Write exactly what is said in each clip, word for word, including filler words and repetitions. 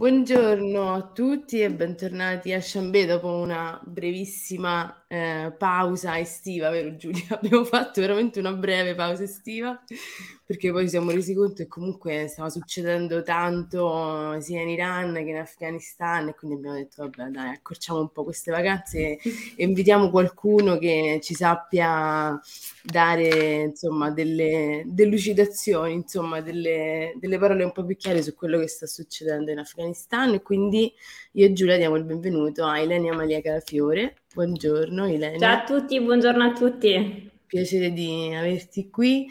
Buongiorno a tutti e bentornati a Chambé dopo una brevissima eh, pausa estiva, vero Giulia? Abbiamo fatto veramente una breve pausa estiva perché poi ci siamo resi conto che comunque stava succedendo tanto sia in Iran che in Afghanistan e quindi abbiamo detto vabbè dai, accorciamo un po' queste vacanze e invitiamo qualcuno che ci sappia dare insomma delle delucidazioni, insomma delle, delle parole un po' più chiare su quello che sta succedendo in Afghanistan e quindi io e Giulia diamo il benvenuto a Ilenia Malia Calafiore. Buongiorno Ciao Ilenia, a tutti, buongiorno a tutti. piacere di averti qui.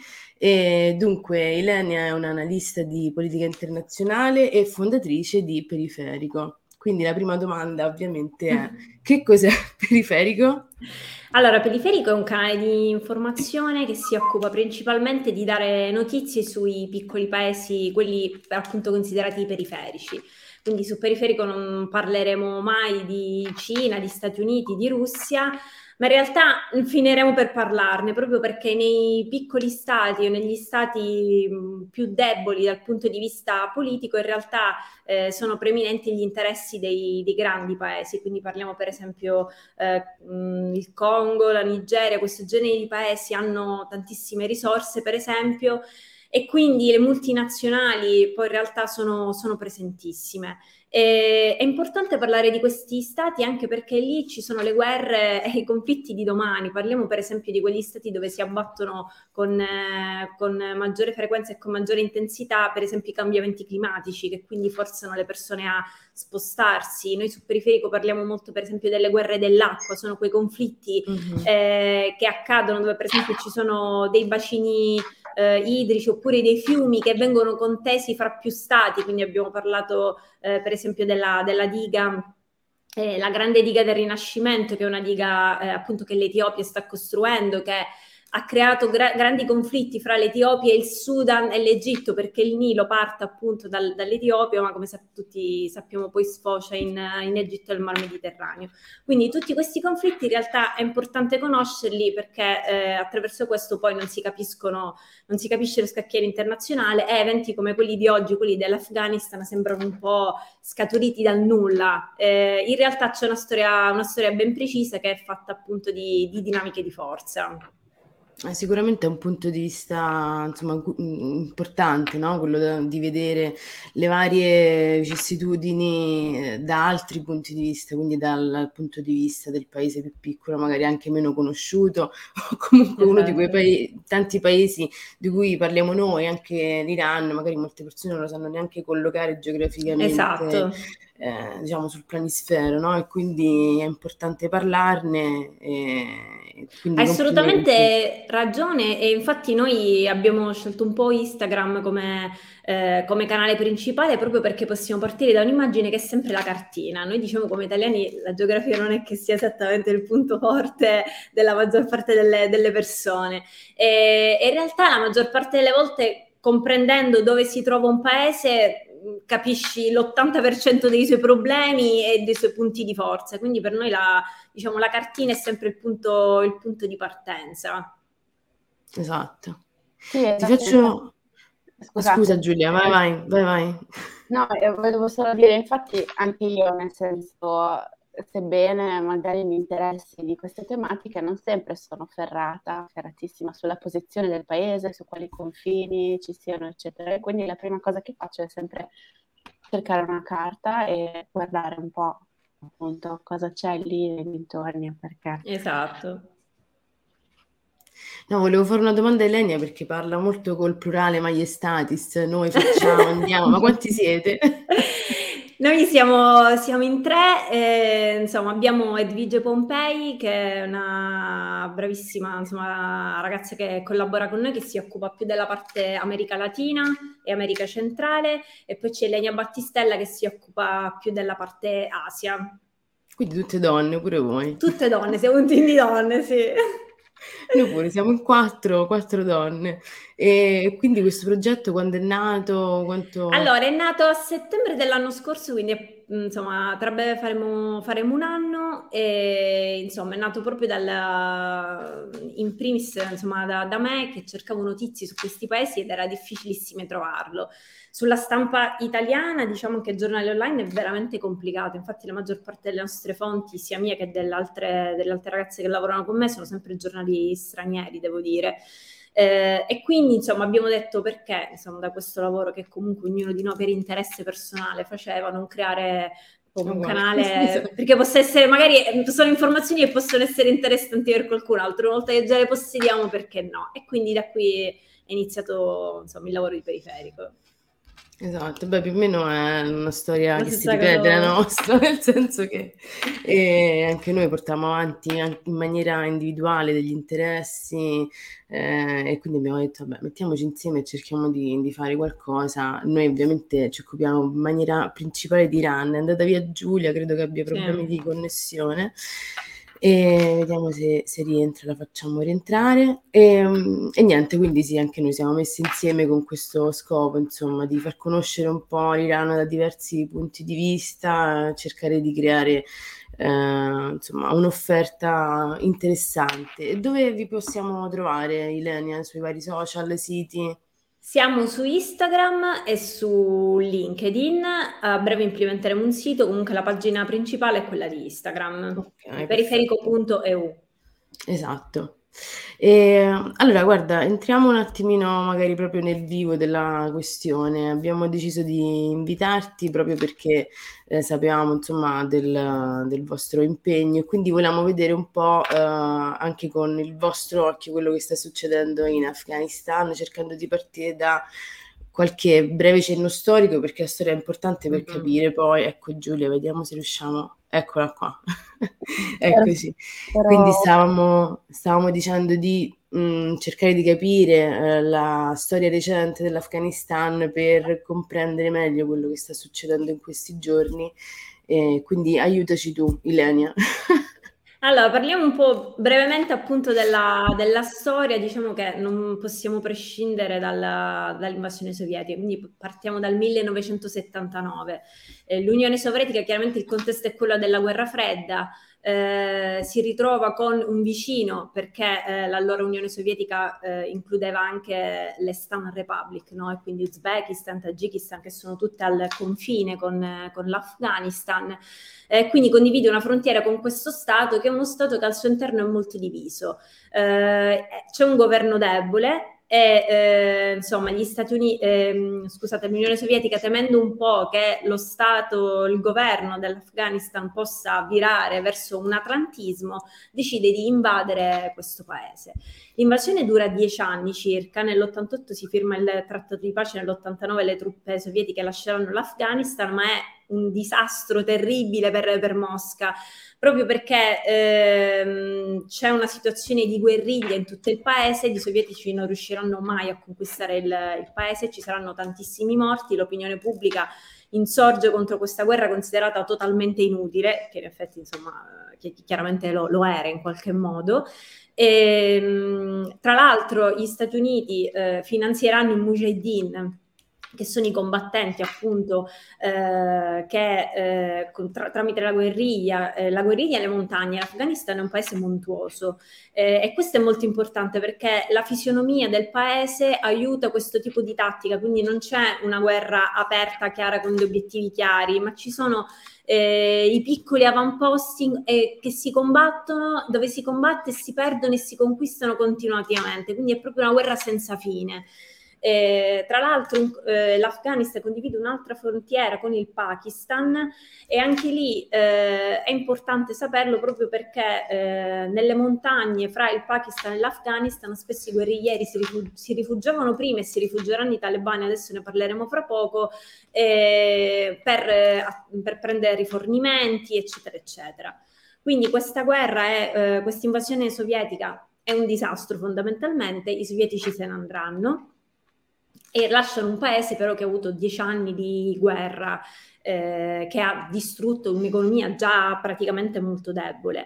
E dunque Ilenia è un'analista di politica internazionale e fondatrice di Periferico. Quindi la prima domanda ovviamente è: che cos'è Periferico? Allora, Periferico è un canale di informazione che si occupa principalmente di dare notizie sui piccoli paesi, quelli appunto considerati periferici. Quindi su Periferico non parleremo mai di Cina, di Stati Uniti, di Russia, ma in realtà finiremo per parlarne proprio perché nei piccoli stati o negli stati mh, più deboli dal punto di vista politico in realtà eh, sono preminenti gli interessi dei, dei grandi paesi. Quindi parliamo per esempio eh, mh, il Congo, la Nigeria, questo genere di paesi hanno tantissime risorse, per esempio, e quindi le multinazionali poi in realtà sono, sono presentissime. E, è importante parlare di questi stati anche perché lì ci sono le guerre e i conflitti di domani. Parliamo per esempio di quegli stati dove si abbattono con, eh, con maggiore frequenza e con maggiore intensità, per esempio i cambiamenti climatici, che quindi forzano le persone a spostarsi. Noi su Periferico parliamo molto per esempio delle guerre dell'acqua, sono quei conflitti Mhm. eh, che accadono dove per esempio ci sono dei bacini eh, idrici oppure dei fiumi che vengono contesi fra più stati, quindi abbiamo parlato eh, per esempio della, della diga. Eh, la grande diga del Rinascimento, che è una diga eh, appunto che l'Etiopia sta costruendo, che ha creato gra- grandi conflitti fra l'Etiopia, il Sudan e l'Egitto, perché il Nilo parte appunto dal- dall'Etiopia, ma come sa- tutti sappiamo poi sfocia in, in Egitto e il Mar Mediterraneo. Quindi tutti questi conflitti in realtà è importante conoscerli perché eh, attraverso questo poi non si capiscono, non si capisce lo scacchiere internazionale e eventi come quelli di oggi, quelli dell'Afghanistan, sembrano un po' scaturiti dal nulla. Eh, in realtà c'è una storia, una storia ben precisa che è fatta appunto di, di dinamiche di forza. Eh, Sicuramente è un punto di vista, insomma, gu- mm, importante, no? Quello da- di vedere le varie vicissitudini eh, da altri punti di vista, quindi dal, dal punto di vista del paese più piccolo, magari anche meno conosciuto, o comunque uno di quei Esatto. paesi, tanti paesi di cui parliamo noi, anche l'Iran, magari molte persone non lo sanno neanche collocare geograficamente, Esatto. eh, diciamo, sul planisfero, no? E quindi è importante parlarne, e quindi Hai complimenti. assolutamente ragione e infatti noi abbiamo scelto un po' Instagram come, eh, come canale principale proprio perché possiamo partire da un'immagine che è sempre la cartina. Noi diciamo come italiani la geografia non è che sia esattamente il punto forte della maggior parte delle, delle persone e, e in realtà la maggior parte delle volte comprendendo dove si trova un paese capisci l'ottanta per cento dei suoi problemi e dei suoi punti di forza. Quindi per noi la, diciamo, la cartina è sempre il punto, il punto di partenza. Esatto. Sì, Ti esatto, infatti, faccio... ah, scusa scusate, Giulia, vai, eh, vai, vai, vai. no, eh, volevo solo dire, infatti anche io, nel senso, sebbene magari mi interessi di queste tematiche, non sempre sono ferrata, ferratissima sulla posizione del paese, su quali confini ci siano, eccetera. E quindi la prima cosa che faccio è sempre cercare una carta e guardare un po', appunto, cosa c'è lì nei dintorni, perché... Esatto. No, volevo fare una domanda a Elenia perché parla molto col plurale maiestatis, noi facciamo, andiamo, ma quanti siete? Noi siamo, siamo in tre, eh, insomma, abbiamo Edvige Pompei, che è una bravissima, insomma, ragazza che collabora con noi, che si occupa più della parte America Latina e America Centrale, e poi c'è Lenia Battistella che si occupa più della parte Asia. Quindi tutte donne, pure voi. Tutte donne, siamo un team di donne, sì. Noi pure siamo in quattro, quattro donne. E quindi questo progetto quando è nato? Quanto... Allora, è nato a settembre dell'anno scorso, quindi insomma, tra breve faremo, faremo un anno e insomma è nato proprio dalla, in primis insomma, da, da me che cercavo notizie su questi paesi ed era difficilissimo trovarlo. Sulla stampa italiana diciamo che giornali online è veramente complicato, infatti la maggior parte delle nostre fonti, sia mie che delle altre, delle altre ragazze che lavorano con me, sono sempre giornali stranieri, devo dire. Eh, e quindi insomma abbiamo detto perché insomma da questo lavoro che comunque ognuno di noi per interesse personale faceva non creare un Uguale. canale perché possa essere magari sono informazioni che possono essere interessanti per qualcun altro, una volta che già le possediamo perché no, e quindi da qui è iniziato insomma il lavoro di Periferico. Esatto, beh più o meno è una storia La che si stessa ripete cosa. la nostra, nel senso che eh, anche noi portiamo avanti anche in maniera individuale degli interessi eh, e quindi abbiamo detto vabbè mettiamoci insieme e cerchiamo di, di fare qualcosa. Noi ovviamente ci occupiamo in maniera principale di Iran, è andata via Giulia, credo che abbia problemi Sì. di connessione e vediamo se, se rientra, la facciamo rientrare e, e niente, quindi sì, anche noi siamo messi insieme con questo scopo, insomma, di far conoscere un po' l'Iran da diversi punti di vista, cercare di creare eh, insomma un'offerta interessante. E dove vi possiamo trovare, Ilenia, sui vari social, siti? Siamo su Instagram e su LinkedIn, a breve implementeremo un sito, comunque la pagina principale è quella di Instagram, Ok, periferico perfetto. punto e u. Esatto. E, allora, guarda, entriamo un attimino magari proprio nel vivo della questione. Abbiamo deciso di invitarti proprio perché eh, sapevamo, insomma, del, del vostro impegno e quindi volevamo vedere un po' eh, anche con il vostro occhio quello che sta succedendo in Afghanistan, cercando di partire da qualche breve cenno storico perché la storia è importante per Mhm. capire poi, ecco Giulia, vediamo se riusciamo, eccola qua, eccoci. Però Quindi stavamo, stavamo dicendo di mh, cercare di capire eh, la storia recente dell'Afghanistan per comprendere meglio quello che sta succedendo in questi giorni. Eh, quindi aiutaci tu, Ilenia. Allora, parliamo un po' brevemente appunto della, della storia, diciamo che non possiamo prescindere dalla- dall'invasione sovietica, quindi partiamo dal millenovecentosettantanove. Eh, L'Unione Sovietica, chiaramente il contesto è quello della guerra fredda, eh, si ritrova con un vicino perché eh, l'allora Unione Sovietica eh, includeva anche le Stan Republic, no? E quindi Uzbekistan, Tagikistan, che sono tutte al confine con, con l'Afghanistan. Eh, quindi condivide una frontiera con questo Stato che è uno Stato che al suo interno è molto diviso. Eh, c'è un governo debole e eh, insomma gli Stati Uniti, ehm, scusate, l'Unione Sovietica, temendo un po' che lo Stato, il governo dell'Afghanistan possa virare verso un atlantismo, decide di invadere questo paese. L'invasione dura dieci anni circa, nell'ottantotto si firma il trattato di pace, nell'ottantanove le truppe sovietiche lasceranno l'Afghanistan, ma è un disastro terribile per, per Mosca, proprio perché ehm, c'è una situazione di guerriglia in tutto il paese, i sovietici non riusciranno mai a conquistare il, il paese, ci saranno tantissimi morti, l'opinione pubblica insorge contro questa guerra considerata totalmente inutile, che in effetti insomma chiaramente lo, lo era in qualche modo. E, tra l'altro gli Stati Uniti eh, finanzieranno i Mujahideen, che sono i combattenti appunto eh, che eh, tra, tramite la guerriglia, eh, la guerriglia e le montagne, l'Afghanistan è un paese montuoso eh, e questo è molto importante perché la fisionomia del paese aiuta questo tipo di tattica, quindi non c'è una guerra aperta, chiara, con degli obiettivi chiari, ma ci sono eh, i piccoli avamposti eh, che si combattono, dove si combatte e si perdono e si conquistano continuativamente, quindi è proprio una guerra senza fine. Eh, tra l'altro eh, l'Afghanistan condivide un'altra frontiera con il Pakistan e anche lì eh, è importante saperlo proprio perché eh, nelle montagne fra il Pakistan e l'Afghanistan spesso i guerriglieri si, rifu- si rifugiavano prima e si rifugieranno i talebani, adesso ne parleremo fra poco, eh, per, eh, per prendere rifornimenti eccetera eccetera. Quindi questa guerra, è, eh, questa invasione sovietica è un disastro fondamentalmente, i sovietici se ne andranno e lasciano un paese però che ha avuto dieci anni di guerra, eh, che ha distrutto un'economia già praticamente molto debole.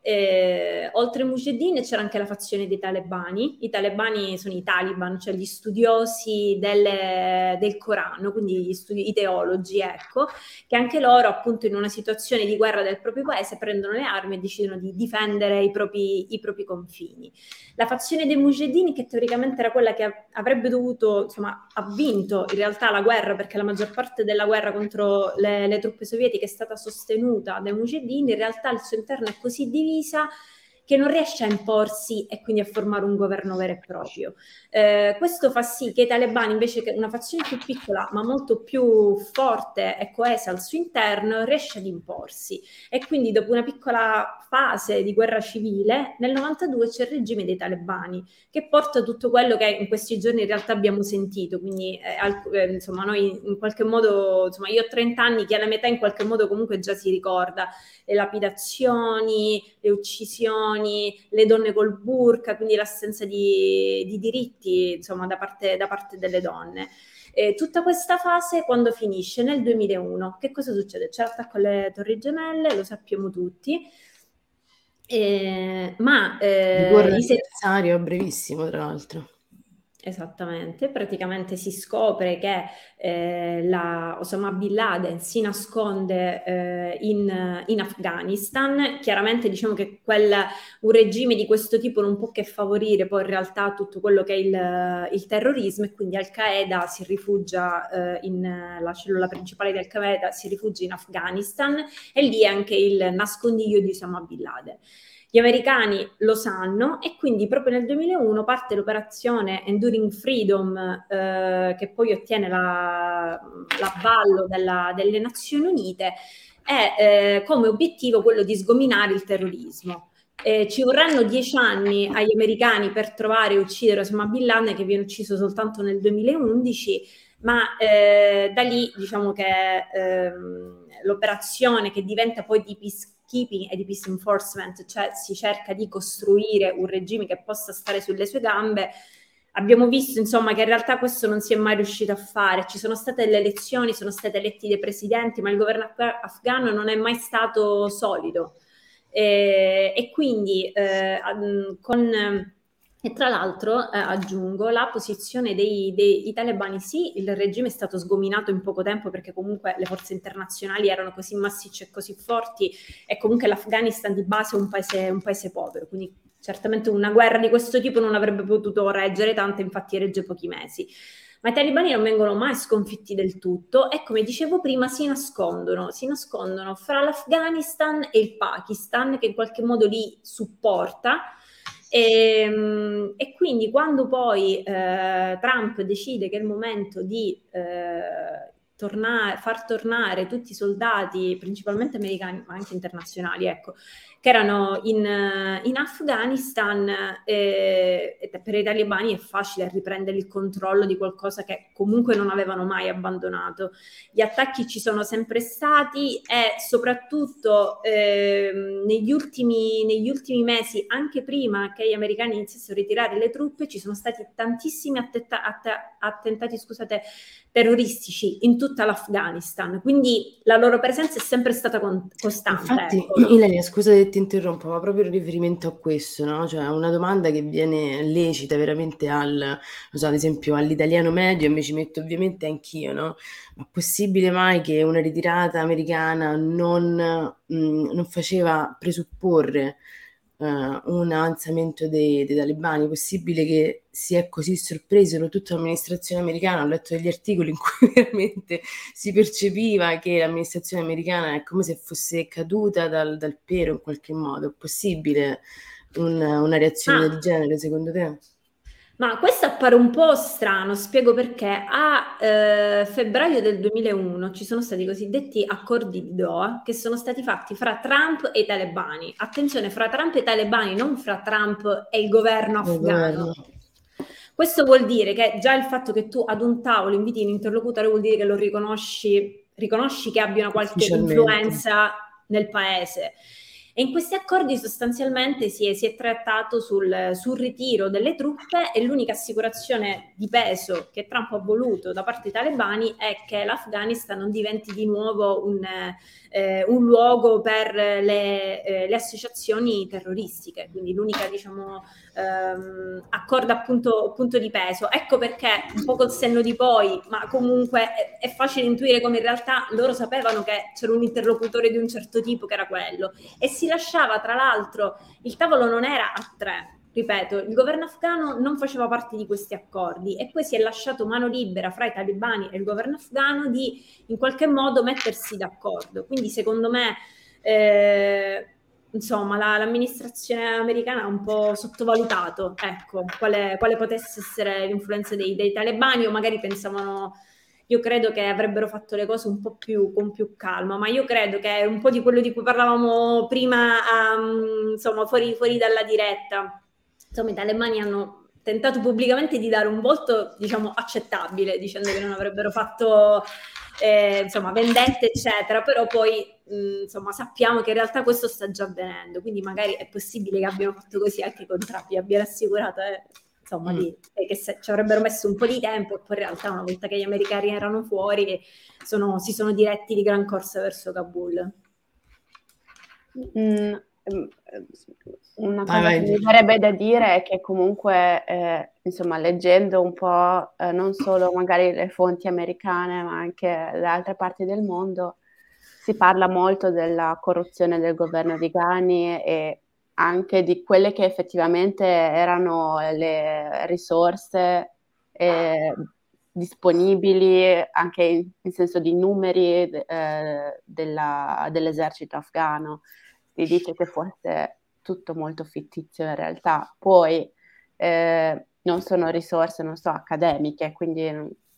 Eh, oltre ai Mujahideen c'era anche la fazione dei talebani. I talebani sono i Taliban, cioè gli studiosi delle, del Corano, quindi gli studi, i teologi, ecco, che anche loro appunto in una situazione di guerra del proprio paese prendono le armi e decidono di difendere i propri, i propri confini. La fazione dei Mujahideen, che teoricamente era quella che avrebbe dovuto, insomma, ha vinto in realtà la guerra, perché la maggior parte della guerra contro le, le truppe sovietiche è stata sostenuta dai Mujahideen, in realtà il suo interno è così diviso che non riesce a imporsi e quindi a formare un governo vero e proprio. Eh, questo fa sì che i talebani, invece che una fazione più piccola ma molto più forte e coesa al suo interno, riesce ad imporsi, e quindi dopo una piccola fase di guerra civile nel novantadue c'è il regime dei talebani, che porta tutto quello che in questi giorni in realtà abbiamo sentito. Quindi eh, alc- eh, insomma noi in qualche modo, insomma io ho trenta anni, chi ha la metà in qualche modo comunque già si ricorda le lapidazioni, le uccisioni, le donne col burqa, quindi l'assenza di, di diritti, insomma, da parte, da parte delle donne. E tutta questa fase quando finisce? Nel duemilauno. Che cosa succede? C'è l'attacco alle Torri Gemelle, lo sappiamo tutti, eh, ma Ricorre eh, i se- l'anniversario brevissimo, tra l'altro. Esattamente, praticamente si scopre che eh, la Osama Bin Laden si nasconde eh, in, in Afghanistan. Chiaramente diciamo che quel, un regime di questo tipo non può che favorire poi in realtà tutto quello che è il, il terrorismo, e quindi Al-Qaeda si rifugia eh, in la cellula principale di Al-Qaeda si rifugia in Afghanistan, e lì è anche il nascondiglio di Osama Bin Laden. Gli americani lo sanno, e quindi proprio nel duemilauno parte l'operazione Enduring Freedom, eh, che poi ottiene la, l'avvallo della, delle Nazioni Unite, e eh, come obiettivo quello di sgominare il terrorismo. Eh, ci vorranno dieci anni agli americani per trovare e uccidere Osama Bin Laden, che viene ucciso soltanto nel duemilaundici, ma eh, da lì diciamo che ehm, l'operazione, che diventa poi di peacekeeping e di peace enforcement, cioè si cerca di costruire un regime che possa stare sulle sue gambe, abbiamo visto insomma che in realtà questo non si è mai riuscito a fare. Ci sono state le elezioni, sono stati eletti dei presidenti, ma il governo af- afghano non è mai stato solido, e, e quindi eh, con... E tra l'altro eh, aggiungo la posizione dei, dei talebani. Sì, il regime è stato sgominato in poco tempo, perché comunque le forze internazionali erano così massicce e così forti, e comunque l'Afghanistan di base è un paese, un paese povero, quindi certamente una guerra di questo tipo non avrebbe potuto reggere tanto, infatti regge pochi mesi. Ma i talebani non vengono mai sconfitti del tutto, e come dicevo prima si nascondono, si nascondono fra l'Afghanistan e il Pakistan, che in qualche modo li supporta. E, e quindi quando poi eh, Trump decide che è il momento di eh, tornare, far tornare tutti i soldati, principalmente americani, ma anche internazionali, ecco, che erano in, in Afghanistan, eh, e per i talebani è facile riprendere il controllo di qualcosa che comunque non avevano mai abbandonato. Gli attacchi ci sono sempre stati, e soprattutto eh, negli, ultimi, negli ultimi mesi, anche prima che gli americani iniziassero a ritirare le truppe, ci sono stati tantissimi attenta- att- attentati scusate, terroristici in tutta l'Afghanistan, quindi la loro presenza è sempre stata con- costante. Infatti, Ecco. Ilaria, scusa se ti interrompo, ma proprio in riferimento a questo, no? Cioè, una domanda che viene lecita veramente al, non so, ad esempio all'italiano medio, e mi ci metto ovviamente anch'io, no? Ma è possibile mai che una ritirata americana non, mh, non faceva presupporre eh, un avanzamento dei, dei talebani? È possibile che si è così sorpreso, soprattutto l'amministrazione americana? Ho letto degli articoli in cui veramente si percepiva che l'amministrazione americana è come se fosse caduta dal, dal pero in qualche modo. È possibile un- una reazione Ah, del genere, secondo te? Ma questo appare un po' strano, spiego perché. A eh, febbraio del duemilauno ci sono stati i cosiddetti accordi di Doha, che sono stati fatti fra Trump e i talebani. Attenzione, fra Trump e i talebani, non fra Trump e il governo Il afghano. governo. Questo vuol dire che già il fatto che tu ad un tavolo inviti un interlocutore vuol dire che lo riconosci, riconosci che abbia una qualche Ufficialmente. influenza nel paese. E in questi accordi sostanzialmente si è, si è trattato sul, sul ritiro delle truppe, e l'unica assicurazione di peso che Trump ha voluto da parte dei talebani è che l'Afghanistan non diventi di nuovo un, eh, un luogo per le, eh, le associazioni terroristiche, quindi l'unica, diciamo, ehm, accordo appunto, punto di peso. Ecco perché, un po' col senno di poi, ma comunque è, è facile intuire come in realtà loro sapevano che c'era un interlocutore di un certo tipo che era quello, e si lasciava, tra l'altro, il tavolo non era a tre, ripeto, il governo afghano non faceva parte di questi accordi, e poi si è lasciato mano libera fra i talebani e il governo afghano di in qualche modo mettersi d'accordo. Quindi secondo me eh, insomma la, l'amministrazione americana ha un po' sottovalutato, ecco, quale, quale potesse essere l'influenza dei, dei talebani, o magari pensavano, io credo che avrebbero fatto le cose un po' più con più calma, ma io credo che un po' di quello di cui parlavamo prima, um, insomma, fuori, fuori dalla diretta, insomma, i talebani hanno tentato pubblicamente di dare un volto, diciamo, accettabile, dicendo che non avrebbero fatto eh, insomma, vendette, eccetera, però poi mh, insomma, sappiamo che in realtà questo sta già avvenendo, quindi magari è possibile che abbiano fatto così anche con Trump, gli abbiano assicurato eh, insomma, mm. di, eh, che se, ci avrebbero messo un po' di tempo, e poi in realtà una volta che gli americani erano fuori sono, si sono diretti di gran corsa verso Kabul. Mm, una cosa vai, vai. che mi verrebbe da dire è che comunque, eh, insomma, leggendo un po' eh, non solo magari le fonti americane, ma anche le altre parti del mondo, si parla molto della corruzione del governo di Ghani e anche di quelle che effettivamente erano le risorse eh, disponibili anche in, in senso di numeri eh, della, dell'esercito afghano. Si dice che fosse tutto molto fittizio in realtà, poi eh, non sono risorse, non so, accademiche, quindi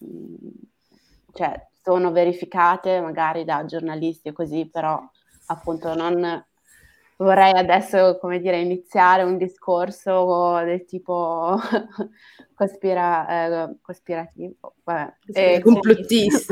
cioè, sono verificate magari da giornalisti e così, però appunto non vorrei adesso, come dire, iniziare un discorso del tipo cospira, eh, cospirativo, vabbè. Eh, complottista.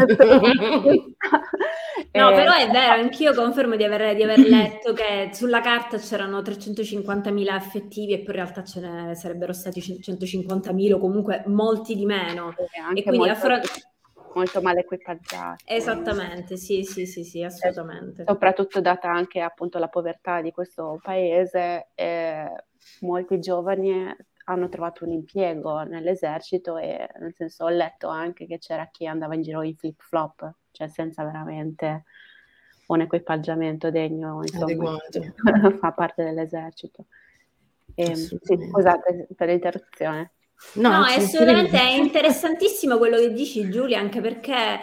No, però è vero, anch'io confermo di aver, di aver letto che sulla carta c'erano trecentocinquantamila effettivi e poi in realtà ce ne sarebbero stati centocinquantamila o comunque molti di meno. E, e quindi molto, affron- molto male equipaggiati. Esattamente, sì, sì, sì, sì, assolutamente. E soprattutto data anche appunto la povertà di questo paese, eh, molti giovani hanno trovato un impiego nell'esercito e nel senso ho letto anche che c'era chi andava in giro in flip flop, cioè senza veramente un equipaggiamento degno, insomma, fa parte dell'esercito. E, sì, scusate per l'interruzione. No, no è assolutamente è interessantissimo quello che dici, Giulia, anche perché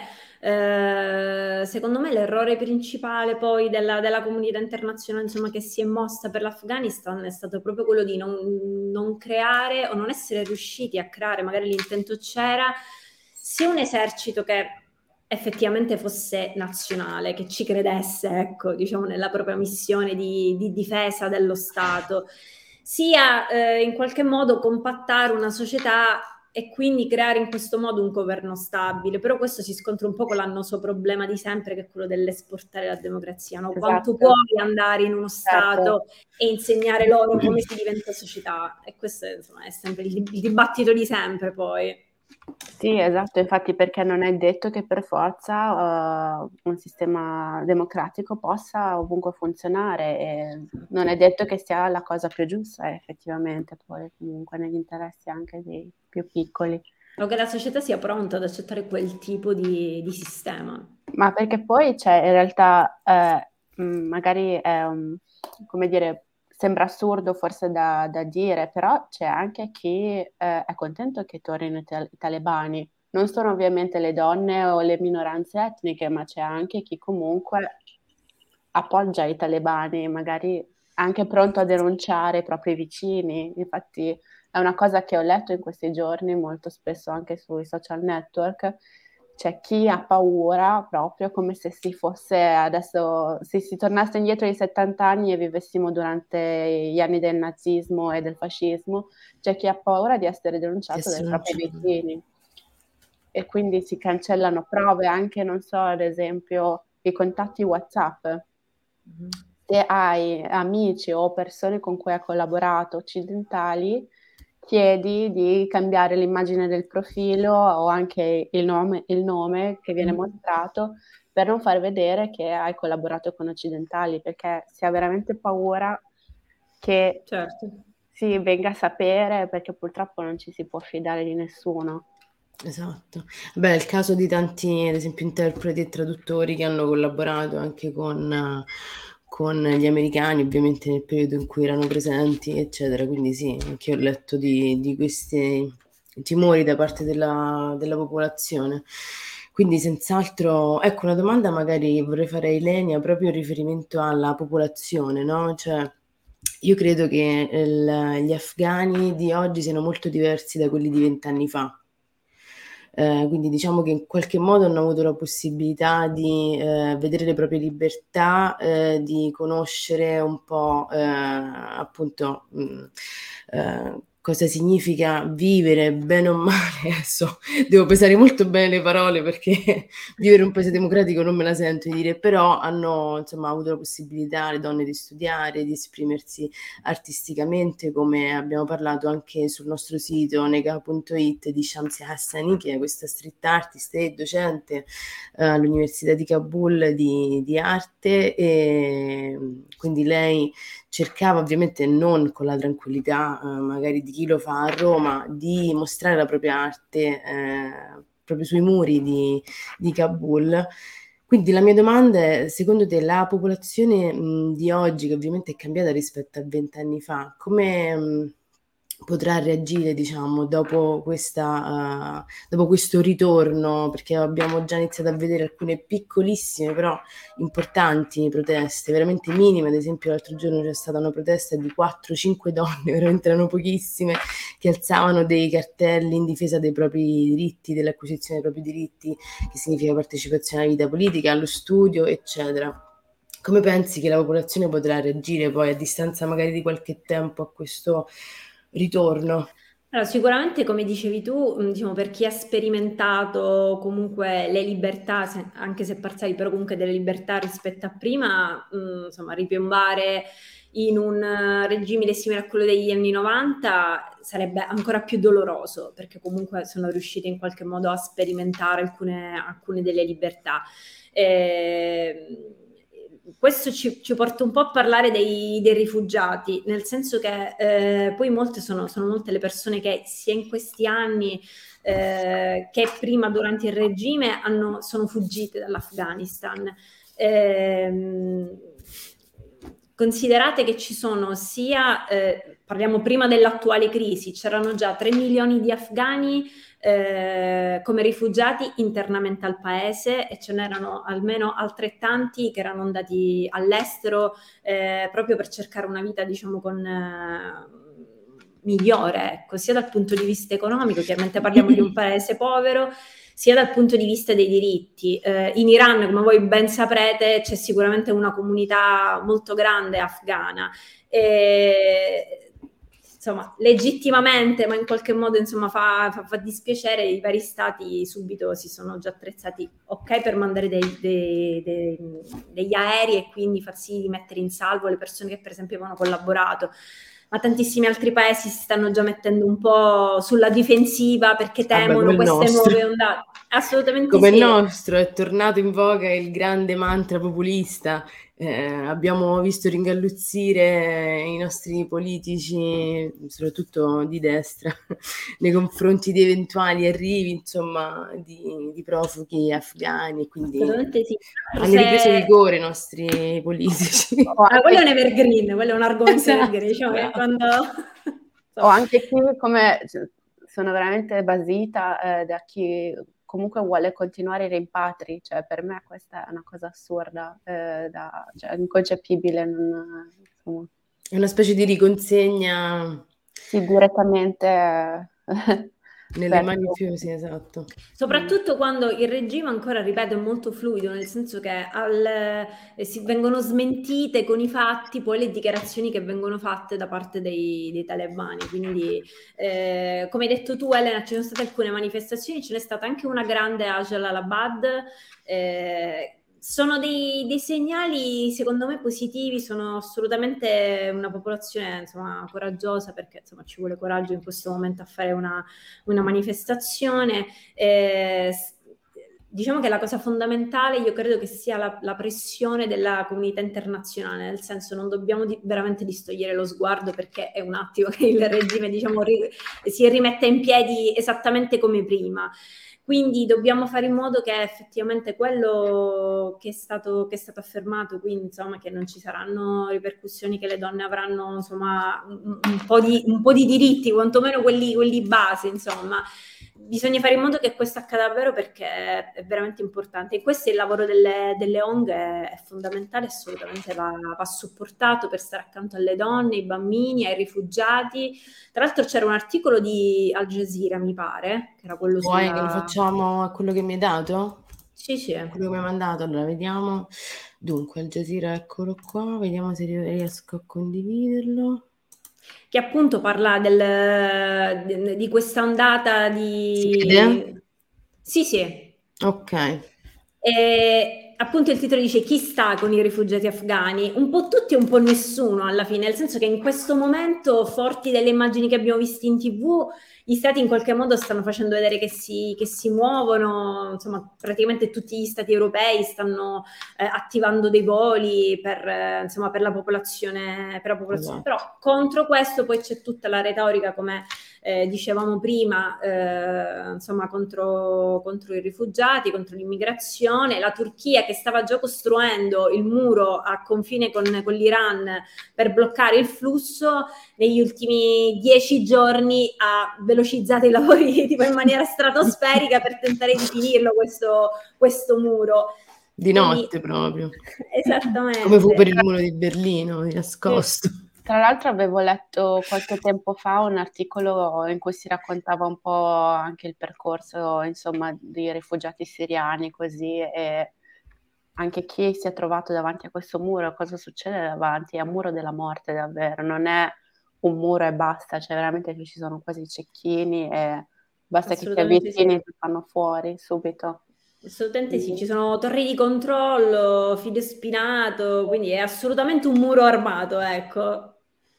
eh, secondo me l'errore principale poi della, della comunità internazionale, insomma, che si è mossa per l'Afghanistan è stato proprio quello di non, non creare o non essere riusciti a creare, magari l'intento c'era, sia un esercito che effettivamente fosse nazionale, che ci credesse, ecco, diciamo, nella propria missione di, di difesa dello Stato, sia eh, in qualche modo compattare una società e quindi creare in questo modo un governo stabile. Però questo si scontra un po' con l'annoso problema di sempre, che è quello dell'esportare la democrazia, no? Esatto. Quanto puoi andare in uno Stato, certo, e insegnare loro come si diventa società? E questo insomma, è sempre il, il dibattito di sempre poi. Sì, esatto, infatti perché non è detto che per forza uh, un sistema democratico possa ovunque funzionare e non è detto che sia la cosa più giusta effettivamente, poi comunque negli interessi anche dei più piccoli. O che la società sia pronta ad accettare quel tipo di, di sistema. Ma perché poi c'è in realtà, eh, magari è un, come dire, sembra assurdo forse da, da dire, però c'è anche chi eh, è contento che tornino i, tal- i talebani. Non sono ovviamente le donne o le minoranze etniche, ma c'è anche chi comunque appoggia i talebani, magari anche pronto a denunciare i propri vicini. Infatti è una cosa che ho letto in questi giorni molto spesso anche sui social network. C'è chi ha paura proprio come se si fosse adesso, se si tornasse indietro di settanta anni e vivessimo durante gli anni del nazismo e del fascismo. C'è chi ha paura di essere denunciato dai propri vicini e quindi si cancellano prove, anche non so, ad esempio i contatti WhatsApp. Mm-hmm. se hai amici o persone con cui hai collaborato occidentali, chiedi di cambiare l'immagine del profilo o anche il nome, il nome che viene Mm. mostrato, per non far vedere che hai collaborato con occidentali, perché si ha veramente paura che Certo. si venga a sapere, perché purtroppo non ci si può fidare di nessuno. Esatto. Beh, è il caso di tanti, ad esempio, interpreti e traduttori che hanno collaborato anche con, eh, con gli americani, ovviamente nel periodo in cui erano presenti, eccetera. Quindi sì, anche io ho letto di, di questi timori da parte della, della popolazione. Quindi senz'altro, ecco, una domanda magari vorrei fare a Ilenia proprio in riferimento alla popolazione, no? Cioè, io credo che il- gli afghani di oggi siano molto diversi da quelli di vent'anni fa. Eh, quindi diciamo che in qualche modo hanno avuto la possibilità di eh, vedere le proprie libertà, eh, di conoscere un po' eh, appunto mh, eh, cosa significa vivere bene o male. Adesso devo pesare molto bene le parole perché vivere un paese democratico non me la sento di dire, però hanno insomma avuto la possibilità le donne di studiare, di esprimersi artisticamente, come abbiamo parlato anche sul nostro sito nega punto it di Shamsia Hassani, che è questa street artist e docente eh, all'Università di Kabul di, di arte, e quindi lei cercava, ovviamente non con la tranquillità eh, magari di chi lo fa a Roma, di mostrare la propria arte eh, proprio sui muri di, di Kabul. Quindi la mia domanda è, secondo te la popolazione mh, di oggi, che ovviamente è cambiata rispetto a vent'anni fa, come mh, potrà reagire, diciamo, dopo questa, uh, dopo questo ritorno? Perché abbiamo già iniziato a vedere alcune piccolissime, però importanti proteste, veramente minime. Ad esempio l'altro giorno c'è stata una protesta di quattro cinque donne, veramente erano pochissime, che alzavano dei cartelli in difesa dei propri diritti, dell'acquisizione dei propri diritti, che significa partecipazione alla vita politica, allo studio, eccetera. Come pensi che la popolazione potrà reagire poi a distanza magari di qualche tempo a questo ritorno? Allora, sicuramente, come dicevi tu, mh, diciamo, per chi ha sperimentato comunque le libertà, se- anche se parziali, però comunque delle libertà rispetto a prima, mh, insomma, ripiombare in un eh, regime simile a quello degli anni novanta sarebbe ancora più doloroso, perché comunque sono riusciti in qualche modo a sperimentare alcune, alcune delle libertà. Eh, questo ci, ci porta un po' a parlare dei, dei rifugiati, nel senso che eh, poi molte sono, sono molte le persone che sia in questi anni eh, che prima durante il regime hanno, sono fuggite dall'Afghanistan. Eh, considerate che ci sono sia, eh, parliamo prima dell'attuale crisi, c'erano già tre milioni di afghani eh, come rifugiati internamente al paese, e ce n'erano almeno altrettanti che erano andati all'estero eh, proprio per cercare una vita, diciamo, con eh, migliore, ecco, sia dal punto di vista economico, chiaramente parliamo di un paese povero, sia dal punto di vista dei diritti. Eh, in Iran, come voi ben saprete, c'è sicuramente una comunità molto grande afghana. E, insomma, legittimamente, ma in qualche modo insomma, fa, fa, fa dispiacere, i vari stati subito si sono già attrezzati, ok, per mandare dei, dei, dei, degli aerei e quindi far sì di mettere in salvo le persone che per esempio avevano collaborato, ma tantissimi altri paesi si stanno già mettendo un po' sulla difensiva perché Vabbè, come temono il queste nostro. nuove ondate. Assolutamente Come il sì. nostro, è tornato in voga il grande mantra populista. Eh, abbiamo visto ringalluzzire i nostri politici, soprattutto di destra, nei confronti di eventuali arrivi, insomma, di, di profughi afghani, quindi Assolutamente sì. hanno ripreso Se... vigore i nostri politici. O Ah, quello è un anche, evergreen, quello è un argomento Esatto, evergreen, diciamo che bravo. quando... o anche chi come cioè, sono veramente basita eh, da chi comunque vuole continuare i rimpatri, cioè per me questa è una cosa assurda, eh, da, cioè, inconcepibile, non, insomma, È una specie di riconsegna sì, direttamente eh, nelle mani verso... più, sì, esatto. Soprattutto quando il regime ancora, ripeto, è molto fluido, nel senso che al, eh, si vengono smentite con i fatti poi le dichiarazioni che vengono fatte da parte dei, dei talebani. Quindi, eh, come hai detto tu, Elena, ci sono state alcune manifestazioni, ce n'è stata anche una grande a Jalalabad, eh, sono dei, dei segnali, secondo me, positivi, sono assolutamente una popolazione, insomma, coraggiosa, perché insomma ci vuole coraggio in questo momento a fare una, una manifestazione. Eh, s- diciamo che la cosa fondamentale io credo che sia la, la pressione della comunità internazionale, nel senso non dobbiamo di- veramente distogliere lo sguardo, perché è un attimo che il regime, diciamo, ri- si rimette in piedi esattamente come prima. Quindi dobbiamo fare in modo che effettivamente quello che è stato, che è stato affermato, quindi insomma che non ci saranno ripercussioni, che le donne avranno insomma un, un po' di, un po' di diritti, quantomeno quelli, quelli base, insomma. Bisogna fare in modo che questo accada davvero, perché è veramente importante. E questo è il lavoro delle, delle O N G, è, è fondamentale, assolutamente va, va supportato per stare accanto alle donne, ai bambini, ai rifugiati. Tra l'altro c'era un articolo di Al Jazeera, mi pare, che era quello Vuoi che lo sulla... facciamo a quello che mi hai dato? Sì, sì. Quello che mi hai mandato, allora vediamo. Dunque, Al Jazeera, eccolo qua, vediamo se riesco a condividerlo. Che appunto parla del, di questa ondata Si vede? di... Sì, sì. Ok. E appunto il titolo dice chi sta con i rifugiati afghani? Un po' tutti e un po' nessuno alla fine, nel senso che in questo momento, forti delle immagini che abbiamo visto in tivù, gli stati in qualche modo stanno facendo vedere che si, che si muovono, insomma praticamente tutti gli stati europei stanno eh, attivando dei voli per, eh, insomma, per la popolazione, per la popolazione. Esatto. Però contro questo poi c'è tutta la retorica, come eh, dicevamo prima, eh, insomma contro, contro i rifugiati, contro l'immigrazione, la Turchia che stava già costruendo il muro a confine con, con l'Iran per bloccare il flusso, negli ultimi dieci giorni ha velocizzato i lavori tipo in maniera stratosferica per tentare di finirlo questo, questo muro. Di Quindi, notte proprio. esattamente. Come fu per il muro di Berlino, di nascosto. Tra l'altro avevo letto qualche tempo fa un articolo in cui si raccontava un po' anche il percorso, insomma, dei rifugiati siriani, così, e anche chi si è trovato davanti a questo muro, cosa succede davanti? È un muro della morte davvero, non è un muro e basta, cioè veramente che ci sono quasi cecchini e basta che ti Assolutamente sì. avvicini e ti fanno fuori subito. Assolutamente sì, ci sono torri di controllo, filo spinato, quindi è assolutamente un muro armato, ecco.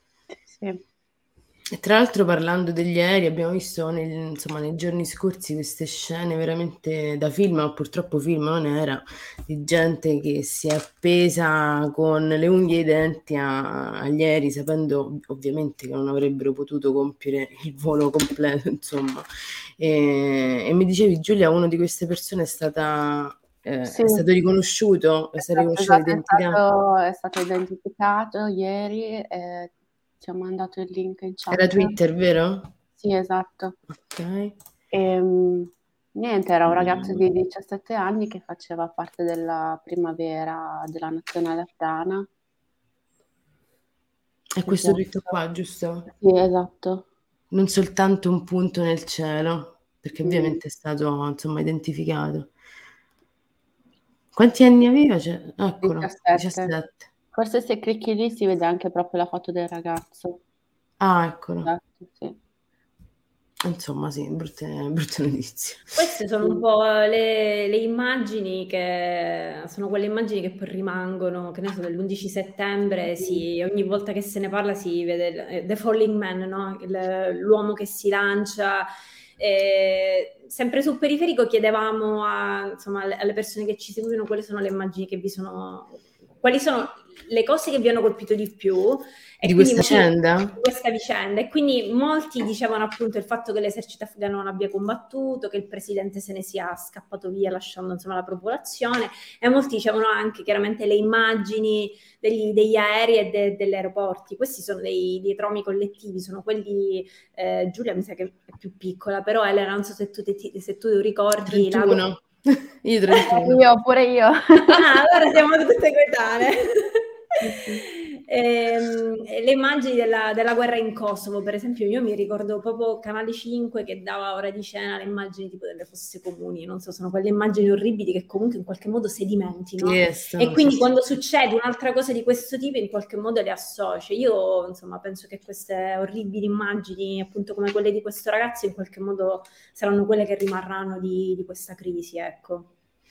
Sì. E tra l'altro parlando degli aerei abbiamo visto nel- insomma, nei giorni scorsi queste scene veramente da film, ma purtroppo film non era, di gente che si è appesa con le unghie e i denti a- agli aerei, sapendo ovviamente che non avrebbero potuto compiere il volo completo, insomma. E, e mi dicevi, Giulia, una di queste persone è stata... eh, Sì. è stato riconosciuto? È stata Esatto, riconosciuta esatto, è l'identità? stato, è stato identificato ieri e ci ha mandato il link in chat. Era Twitter, vero? Sì, esatto. Ok. E, mh, niente, era un ragazzo Mm. di diciassette anni che faceva parte della primavera della nazionale afghana. È questo Esatto. dritto qua, giusto? Sì, esatto. Non soltanto un punto nel cielo, perché Mm, ovviamente è stato, insomma, identificato. Quanti anni aveva? Cioè, eccolo, diciassette. diciassette. Forse se clicchi lì si vede anche proprio la foto del ragazzo. Ah, eccolo. Esatto, sì. Insomma, sì, brutte, brutte notizie. Queste sono un Sì. po' le, le immagini che sono quelle immagini che poi rimangono, che ne so, dell'undici settembre, si, ogni volta che se ne parla si vede il- The Falling Man, no? Il- l'uomo che si lancia. Eh, sempre sul periferico chiedevamo a, insomma, alle, alle persone che ci seguono quali sono le immagini che vi sono, quali sono le cose che vi hanno colpito di più. E Di quindi questa molti- vicenda? questa vicenda. E quindi molti dicevano appunto il fatto che l'esercito afghano non abbia combattuto, che il presidente se ne sia scappato via lasciando insomma la popolazione, e molti dicevano anche chiaramente le immagini degli, degli aerei e de, degli aeroporti. Questi sono dei, dei traumi collettivi, sono quelli, eh, Giulia mi sa che è più piccola, però Elena non so se tu, ti, se tu ricordi la... trentuno. Io trentuno. Io, pure io. Ah, allora siamo tutte coetanee. Sì, sì. Ehm, le immagini della, della guerra in Kosovo, per esempio, io mi ricordo proprio Canale cinque che dava ora di scena le immagini tipo delle fosse comuni, non so, sono quelle immagini orribili che comunque in qualche modo sedimentino. Sì, E stanno- quindi sì, quando sì. succede un'altra cosa di questo tipo, in qualche modo le associ. Io, insomma, penso che queste orribili immagini, appunto come quelle di questo ragazzo, in qualche modo saranno quelle che rimarranno di, di questa crisi, ecco.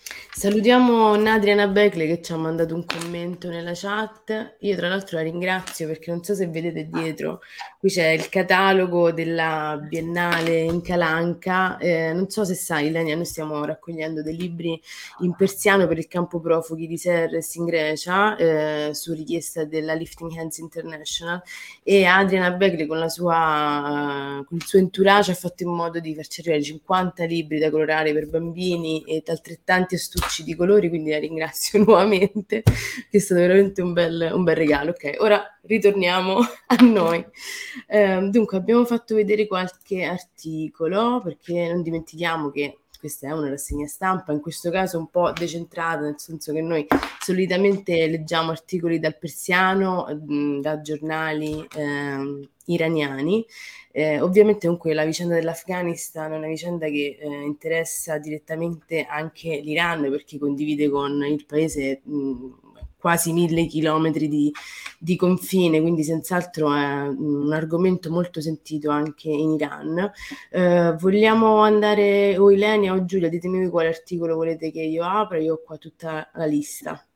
Salutiamo Nadriana Beckley che ci ha mandato un commento nella chat. Io tra l'altro la ringrazio perché non so se vedete dietro, qui c'è il catalogo della Biennale in Calanca. Eh, non so se sai, Ilenia, noi stiamo raccogliendo dei libri in persiano per il campo profughi di Serres in Grecia, eh, su richiesta della Lifting Hands International, e Adriana Beckley con la sua con il suo entourage ha fatto in modo di farci arrivare cinquanta libri da colorare per bambini e altrettanti astucci di colori, quindi la ringrazio nuovamente, che è stato veramente un bel, un bel regalo. Ok, ora ritorniamo a noi. Eh, dunque, abbiamo fatto vedere qualche articolo, perché non dimentichiamo che questa è una rassegna stampa, in questo caso un po' decentrata, nel senso che noi solitamente leggiamo articoli dal persiano, mh, da giornali eh, iraniani. Eh, ovviamente comunque la vicenda dell'Afghanistan è una vicenda che eh, interessa direttamente anche l'Iran, perché condivide con il paese mh, quasi mille chilometri di, di confine, quindi senz'altro è un argomento molto sentito anche in Iran. Eh, vogliamo andare, o Ilenia o Giulia, ditemi voi quale articolo volete che io apra, io ho qua tutta la lista.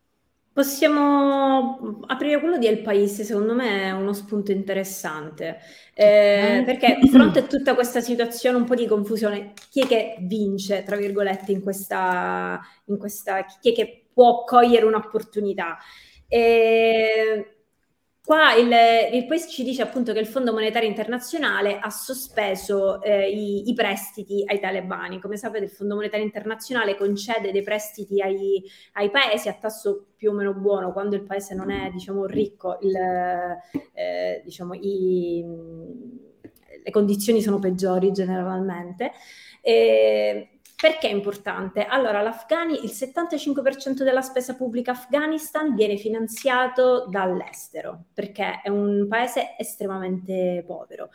Possiamo aprire quello di El País, secondo me è uno spunto interessante, eh, perché di fronte a tutta questa situazione un po' di confusione, chi è che vince, tra virgolette, in questa, in questa chi è che può cogliere un'opportunità? E qua il, il País ci dice appunto che il Fondo Monetario Internazionale ha sospeso eh, i, i prestiti ai talebani. Come sapete, il Fondo Monetario Internazionale concede dei prestiti ai, ai paesi a tasso più o meno buono quando il paese non è, diciamo, ricco, il, eh, diciamo, i, le condizioni sono peggiori generalmente. E, perché è importante? Allora, l'Afghani, il settantacinque per cento della spesa pubblica Afghanistan viene finanziato dall'estero, perché è un paese estremamente povero.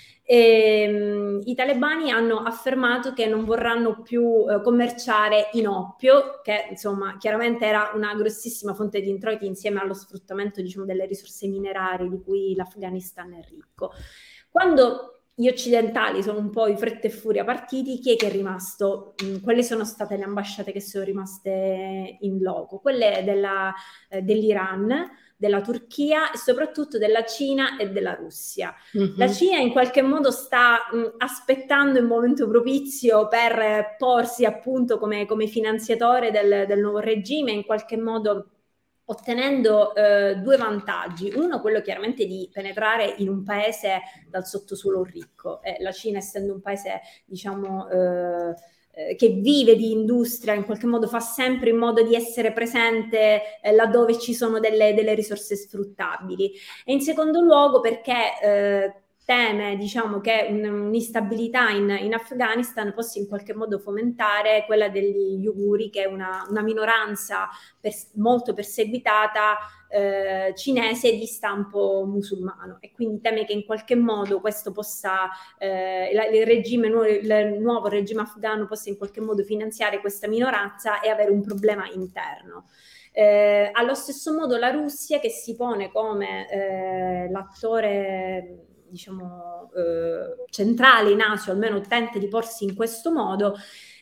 E, i talebani hanno affermato che non vorranno più eh, commerciare in oppio, che insomma chiaramente era una grossissima fonte di introiti insieme allo sfruttamento, diciamo, delle risorse minerarie di cui l'Afghanistan è ricco. Quando gli occidentali sono un po' di fretta e furia partiti, chi è che è rimasto? Mh, quelle sono state le ambasciate che sono rimaste in loco? Quelle della, eh, dell'Iran, della Turchia e soprattutto della Cina e della Russia. Mm-hmm. La Cina in qualche modo sta mh, aspettando il momento propizio per eh, porsi appunto come, come finanziatore del, del nuovo regime, in qualche modo ottenendo eh, due vantaggi. Uno, quello chiaramente di penetrare in un paese dal sottosuolo ricco. Eh, la Cina, essendo un paese, diciamo, eh, eh, che vive di industria, in qualche modo fa sempre in modo di essere presente eh, laddove ci sono delle, delle risorse sfruttabili. E in secondo luogo perché eh, teme, diciamo, che un, un'instabilità in, in Afghanistan possa in qualche modo fomentare quella degli uiguri, che è una, una minoranza per, molto perseguitata eh, cinese di stampo musulmano, e quindi teme che in qualche modo questo possa, eh, il, regime, il nuovo regime afghano possa in qualche modo finanziare questa minoranza e avere un problema interno. Eh, allo stesso modo la Russia, che si pone come eh, l'attore, diciamo, eh, centrale in Asia, o almeno tenta di porsi in questo modo,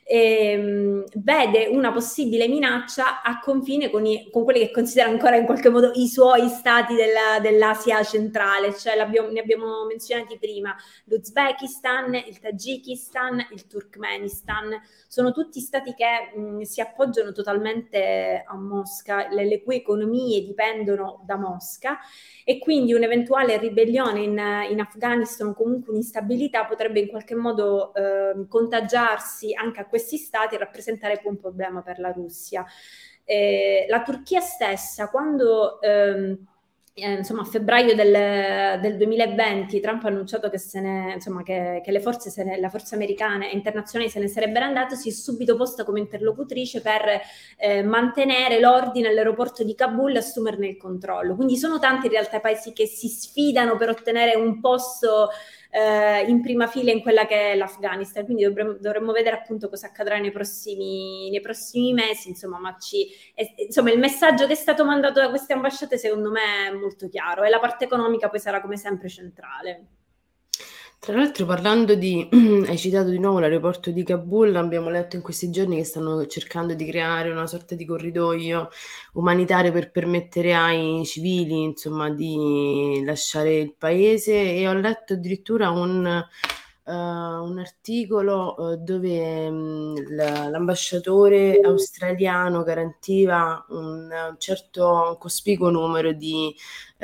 ehm, vede una possibile minaccia a confine con, i, con quelli che considera ancora in qualche modo i suoi stati della, dell'Asia centrale, cioè ne abbiamo menzionati prima, l'Uzbekistan, il Tagikistan, il Turkmenistan. Sono tutti stati che mh, si appoggiano totalmente a Mosca, le, le cui economie dipendono da Mosca, e quindi un'eventuale ribellione in, in Afghanistan o comunque un'instabilità potrebbe in qualche modo eh, contagiarsi anche a questi stati e rappresentare poi un problema per la Russia. Eh, la Turchia stessa, quando ehm, eh, insomma a febbraio del, del duemilaventi Trump ha annunciato che, se ne, insomma, che, che le forze, se ne, la forza americana e internazionali se ne sarebbero andate, si è subito posta come interlocutrice per eh, mantenere l'ordine all'aeroporto di Kabul e assumerne il controllo. Quindi sono tanti in realtà i paesi che si sfidano per ottenere un posto eh, in prima fila in quella che è l'Afghanistan, quindi dovremmo, dovremmo vedere appunto cosa accadrà nei prossimi, nei prossimi mesi, insomma, ma ci, eh, insomma il messaggio che è stato mandato da queste ambasciate secondo me è molto chiaro, e la parte economica poi sarà come sempre centrale. Tra l'altro, parlando di, hai citato di nuovo l'aeroporto di Kabul, abbiamo letto in questi giorni che stanno cercando di creare una sorta di corridoio umanitario per permettere ai civili, insomma, di lasciare il paese, e ho letto addirittura un, uh, un articolo uh, dove um, l'ambasciatore australiano garantiva un certo un cospicuo numero di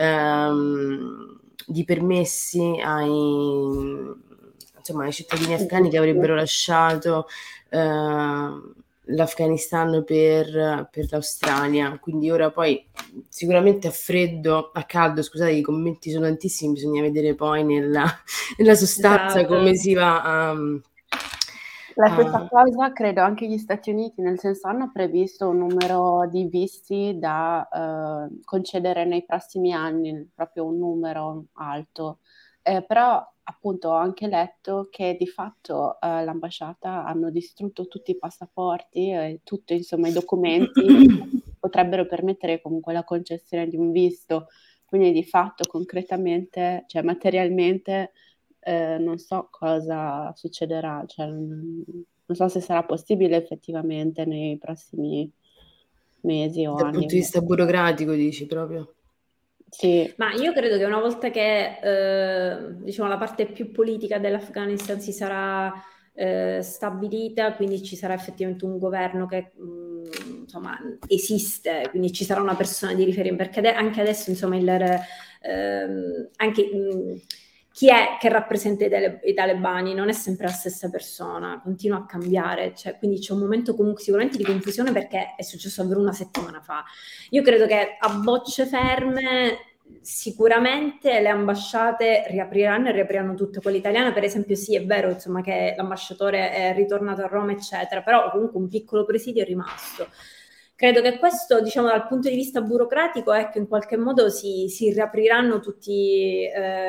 um, di permessi ai, insomma, ai cittadini afghani che avrebbero lasciato eh, l'Afghanistan per, per l'Australia. Quindi ora poi sicuramente a freddo, a caldo, scusate, i commenti sono tantissimi, bisogna vedere poi nella, nella sostanza Esatto. come si va a... La stessa uh, cosa credo anche gli Stati Uniti, nel senso hanno previsto un numero di visti da uh, concedere nei prossimi anni, proprio un numero alto, eh, però appunto ho anche letto che di fatto uh, l'ambasciata hanno distrutto tutti i passaporti e tutti insomma i documenti che potrebbero permettere comunque la concessione di un visto, quindi di fatto concretamente, cioè materialmente Eh, non so cosa succederà, cioè, non, non so se sarà possibile effettivamente nei prossimi mesi o dal anni. punto di vista burocratico, dici proprio? Sì. Ma io credo che una volta che eh, diciamo, la parte più politica dell'Afghanistan si sarà eh, stabilita, quindi ci sarà effettivamente un governo che mh, insomma, esiste, quindi ci sarà una persona di riferimento, perché ade- anche adesso insomma, il, ehm, anche, mh, chi è che rappresenta i, tale- i talebani non è sempre la stessa persona, continua a cambiare, cioè, quindi c'è un momento comunque sicuramente di confusione perché è successo davvero una settimana fa. Io credo che a bocce ferme sicuramente le ambasciate riapriranno e riapriranno tutte. Quelle italiane, per esempio, sì, è vero insomma, che l'ambasciatore è ritornato a Roma, eccetera, però comunque un piccolo presidio è rimasto. Credo che questo, diciamo, dal punto di vista burocratico, ecco, in qualche modo si, si riapriranno tutti,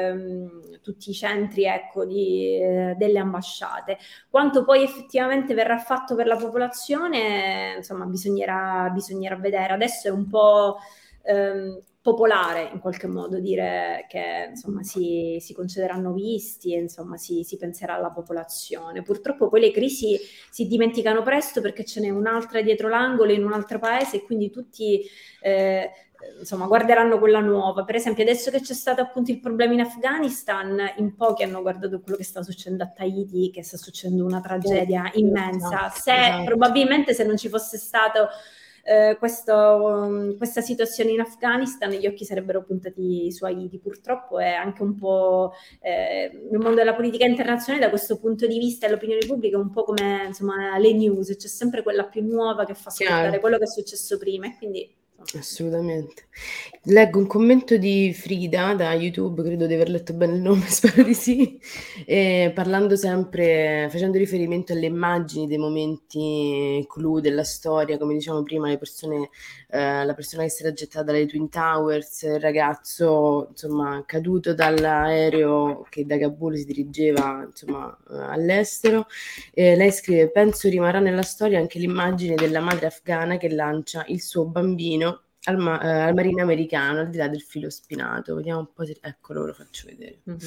ehm, tutti i centri, ecco, di, eh, delle ambasciate. Quanto poi effettivamente verrà fatto per la popolazione, insomma, bisognerà, bisognerà vedere. Adesso è un po' ehm, popolare in qualche modo dire che insomma si, si concederanno visti e insomma si, si penserà alla popolazione. Purtroppo poi le crisi si dimenticano presto perché ce n'è un'altra dietro l'angolo in un altro paese e quindi tutti eh, insomma guarderanno quella nuova. Per esempio adesso che c'è stato appunto il problema in Afghanistan, in pochi hanno guardato quello che sta succedendo a Tahiti, che sta succedendo una tragedia immensa. Se esatto. probabilmente se non ci fosse stato eh, questo, um, questa situazione in Afghanistan gli occhi sarebbero puntati su Haiti. Purtroppo è anche un po' eh, nel mondo della politica internazionale da questo punto di vista e l'opinione pubblica è un po' come insomma le news, c'è sempre quella più nuova che fa ascoltare Chiaro. quello che è successo prima e quindi assolutamente. Leggo un commento di Frida da YouTube, credo di aver letto bene il nome, spero di sì, eh, parlando sempre, facendo riferimento alle immagini dei momenti clou della storia, come diciamo prima, le persone, eh, la persona che si era gettata dalle Twin Towers, il ragazzo insomma caduto dall'aereo che da Kabul si dirigeva insomma all'estero. Eh, lei scrive: penso rimarrà nella storia anche l'immagine della madre afghana che lancia il suo bambino al, ma- eh, al marino americano al di là del filo spinato. Vediamo un po' se... eccolo, lo faccio vedere. Mm-hmm.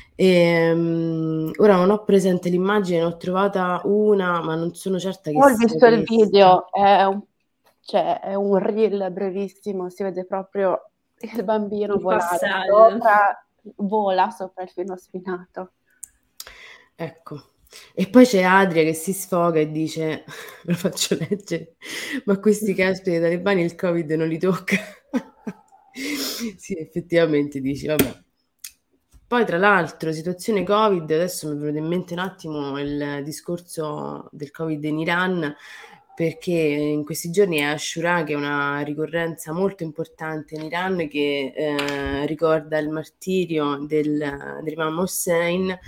E, um, ora non ho presente l'immagine, ne ho trovata una, ma non sono certa che ho sia visto il questa. video, è un, cioè, è un reel brevissimo, si vede proprio il bambino il volare passaggio. sopra, vola sopra il filo spinato. Ecco. E poi c'è Adria che si sfoga e dice, lo faccio leggere, ma questi caspiti dei talebani il Covid non li tocca. Sì, effettivamente dici, vabbè. Poi tra l'altro, situazione Covid, adesso mi è venuto in mente un attimo il discorso del Covid in Iran, perché in questi giorni è Ashura, che è una ricorrenza molto importante in Iran, che eh, ricorda il martirio del, dell'imam Hossein,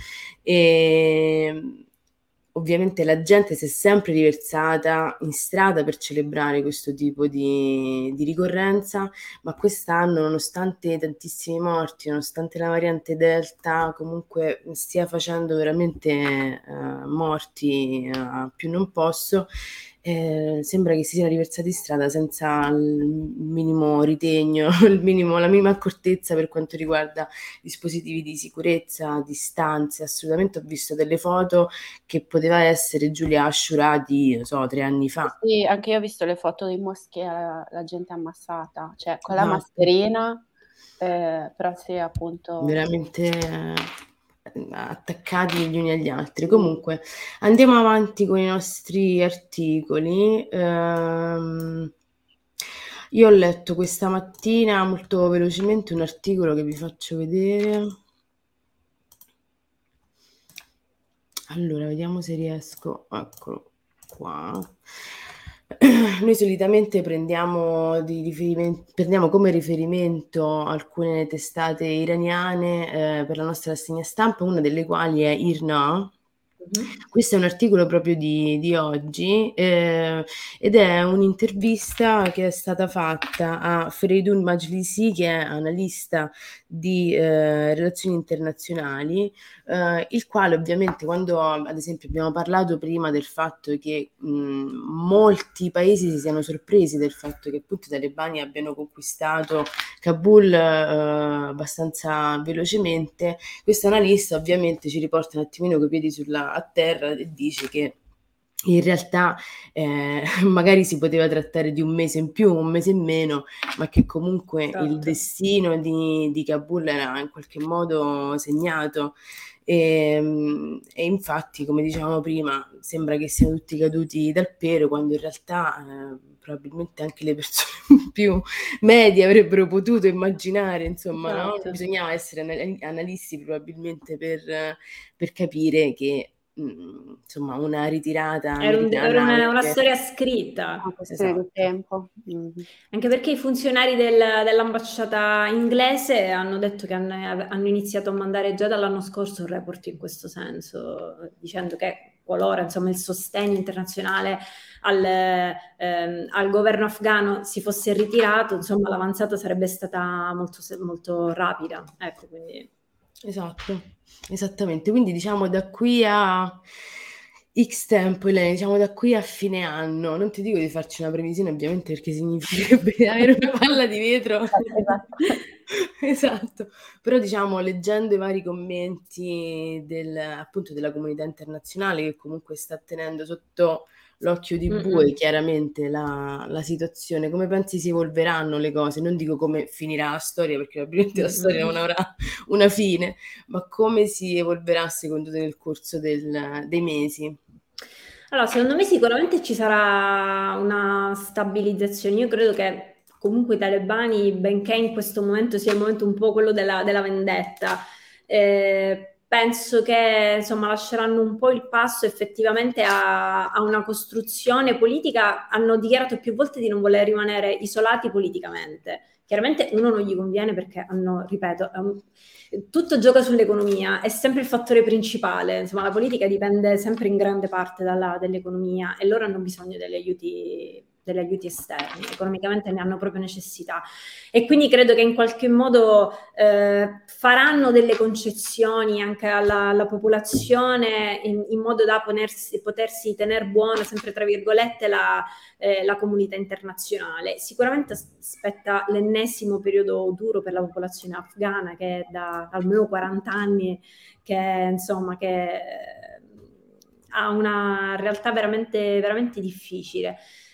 e ovviamente la gente si è sempre riversata in strada per celebrare questo tipo di, di ricorrenza, ma quest'anno, nonostante tantissimi morti, nonostante la variante Delta comunque stia facendo veramente eh, morti a più non posso, eh, sembra che si siano riversati in strada senza il minimo ritegno, il minimo, la minima accortezza per quanto riguarda dispositivi di sicurezza, distanze. Assolutamente ho visto delle foto che poteva essere Giulia Ashura di, non so, tre anni fa. Sì, anche io ho visto le foto in moschea, la gente ammassata, cioè con la Esatto. mascherina, eh, però sì, appunto... Veramente eh, attaccati gli uni agli altri. Comunque, andiamo avanti con i nostri articoli. Ehm, io ho letto questa mattina molto velocemente un articolo che vi faccio vedere. Allora, vediamo se riesco. Eccolo qua. Noi solitamente prendiamo, di riferimento, prendiamo come riferimento alcune testate iraniane eh, per la nostra rassegna stampa, una delle quali è IRNA. Mhm. Questo è un articolo proprio di, di oggi eh, ed è un'intervista che è stata fatta a Feridun Majlisi, che è analista di eh, relazioni internazionali, eh, il quale ovviamente, quando ad esempio abbiamo parlato prima del fatto che mh, molti paesi si siano sorpresi del fatto che appunto i talebani abbiano conquistato Kabul eh, abbastanza velocemente, questo analista ovviamente ci riporta un attimino coi piedi sulla, a terra e dice che in realtà eh, magari si poteva trattare di un mese in più, un mese in meno, ma che comunque Esatto. il destino di, di Kabul era in qualche modo segnato. E, e infatti, come dicevamo prima, sembra che siano tutti caduti dal pero, quando in realtà eh, probabilmente anche le persone più medie avrebbero potuto immaginare, insomma, no? Esatto. Bisognava essere anal- analisti probabilmente per, per capire che mh, insomma una ritirata Era, un- era americana una, una avrebbe... storia scritta. Una questione Esatto. di tempo. Mm. Anche perché i funzionari del- dell'ambasciata inglese hanno detto che hanno, hanno iniziato a mandare già dall'anno scorso un report in questo senso, dicendo che qualora insomma, il sostegno internazionale al, ehm, al governo afghano si fosse ritirato, insomma, l'avanzata sarebbe stata molto, molto rapida. Ecco, quindi... Esatto, esattamente. Quindi diciamo da qui a X tempo, Elena, diciamo da qui a fine anno. Non ti dico di farci una previsione, ovviamente, perché significherebbe avere una palla di vetro. Esatto. Esatto. Però diciamo, leggendo i vari commenti del, appunto della comunità internazionale, che comunque sta tenendo sotto l'occhio di bue Mm-mm. chiaramente la, la situazione, come pensi si evolveranno le cose? Non dico come finirà la storia, perché probabilmente la storia non avrà una fine, ma come si evolverà secondo te nel corso del- dei mesi? Allora, secondo me sicuramente ci sarà una stabilizzazione. Io credo che comunque i talebani, benché in questo momento sia il momento un po' quello della, della vendetta, eh, penso che insomma lasceranno un po' il passo effettivamente a, a una costruzione politica. Hanno dichiarato più volte di non voler rimanere isolati politicamente. Chiaramente uno non gli conviene perché hanno, ripeto, è un- tutto gioca sull'economia, è sempre il fattore principale. Insomma, la politica dipende sempre in grande parte dalla, dall'economia e loro hanno bisogno degli aiuti, degli aiuti esterni, economicamente ne hanno proprio necessità. E quindi credo che in qualche modo eh, faranno delle concessioni anche alla, alla popolazione in, in modo da ponersi, potersi tenere buona, sempre tra virgolette, la, eh, la comunità internazionale. Sicuramente aspetta l'ennesimo periodo duro per la popolazione afghana, che è da almeno quaranta anni che insomma che eh, ha una realtà veramente, veramente difficile.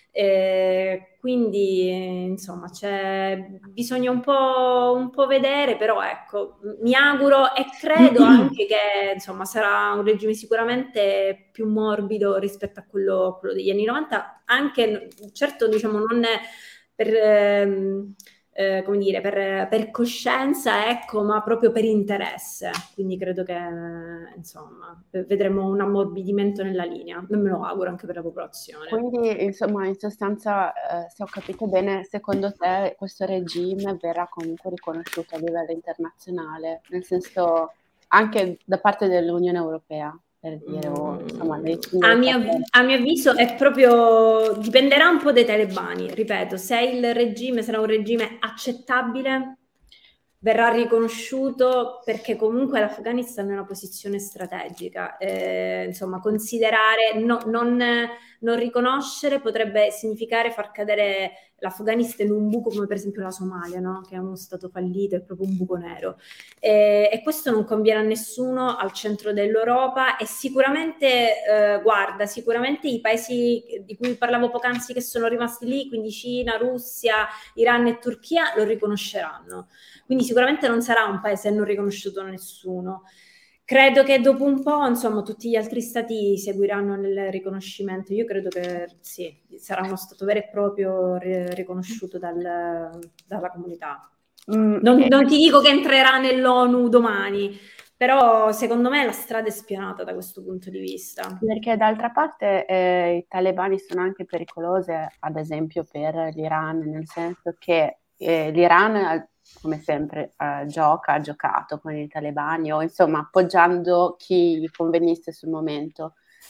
Eh, quindi insomma c'è bisogna un po', un po' vedere, però ecco, mi auguro e credo anche che insomma sarà un regime sicuramente più morbido rispetto a quello, a quello degli anni novanta, anche certo diciamo non è per, ehm, eh, come dire, per, per coscienza, ecco, ma proprio per interesse. Quindi credo che, insomma, vedremo un ammorbidimento nella linea. Non me lo auguro anche per la popolazione. Quindi, insomma, in sostanza, eh, se ho capito bene, secondo te questo regime verrà comunque riconosciuto a livello internazionale, nel senso anche da parte dell'Unione Europea, per dire, o insomma, dei Mm, a singoli mio, stati. a mio avviso è proprio, dipenderà un po' dai talebani, ripeto, se il regime sarà un regime accettabile, verrà riconosciuto perché comunque l'Afghanistan è una posizione strategica, eh, insomma, considerare, no, non non riconoscere potrebbe significare far cadere l'Afghanistan in un buco come per esempio la Somalia, no? Che è uno stato fallito, è proprio un buco nero. E, e questo non conviene a nessuno al centro dell'Europa e sicuramente, eh, guarda, sicuramente i paesi di cui parlavo poc'anzi che sono rimasti lì, quindi Cina, Russia, Iran e Turchia, lo riconosceranno. Quindi sicuramente non sarà un paese non riconosciuto da nessuno. Credo che dopo un po', insomma, tutti gli altri stati seguiranno nel riconoscimento. Io credo che sì, sarà uno stato vero e proprio ri- riconosciuto dal- dalla comunità. Mm, Non, e- non ti dico che entrerà nell'ONU domani, però secondo me la strada è spianata da questo punto di vista. Perché d'altra parte eh, i talebani sono anche pericolose, ad esempio per l'Iran, nel senso che eh, l'Iran, eh, come sempre, eh, gioca, ha giocato con i talebani o insomma appoggiando chi gli convenisse sul momento.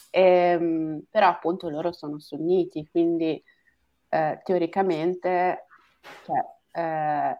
Ehm, però appunto loro sono sunniti, quindi eh, teoricamente cioè, eh,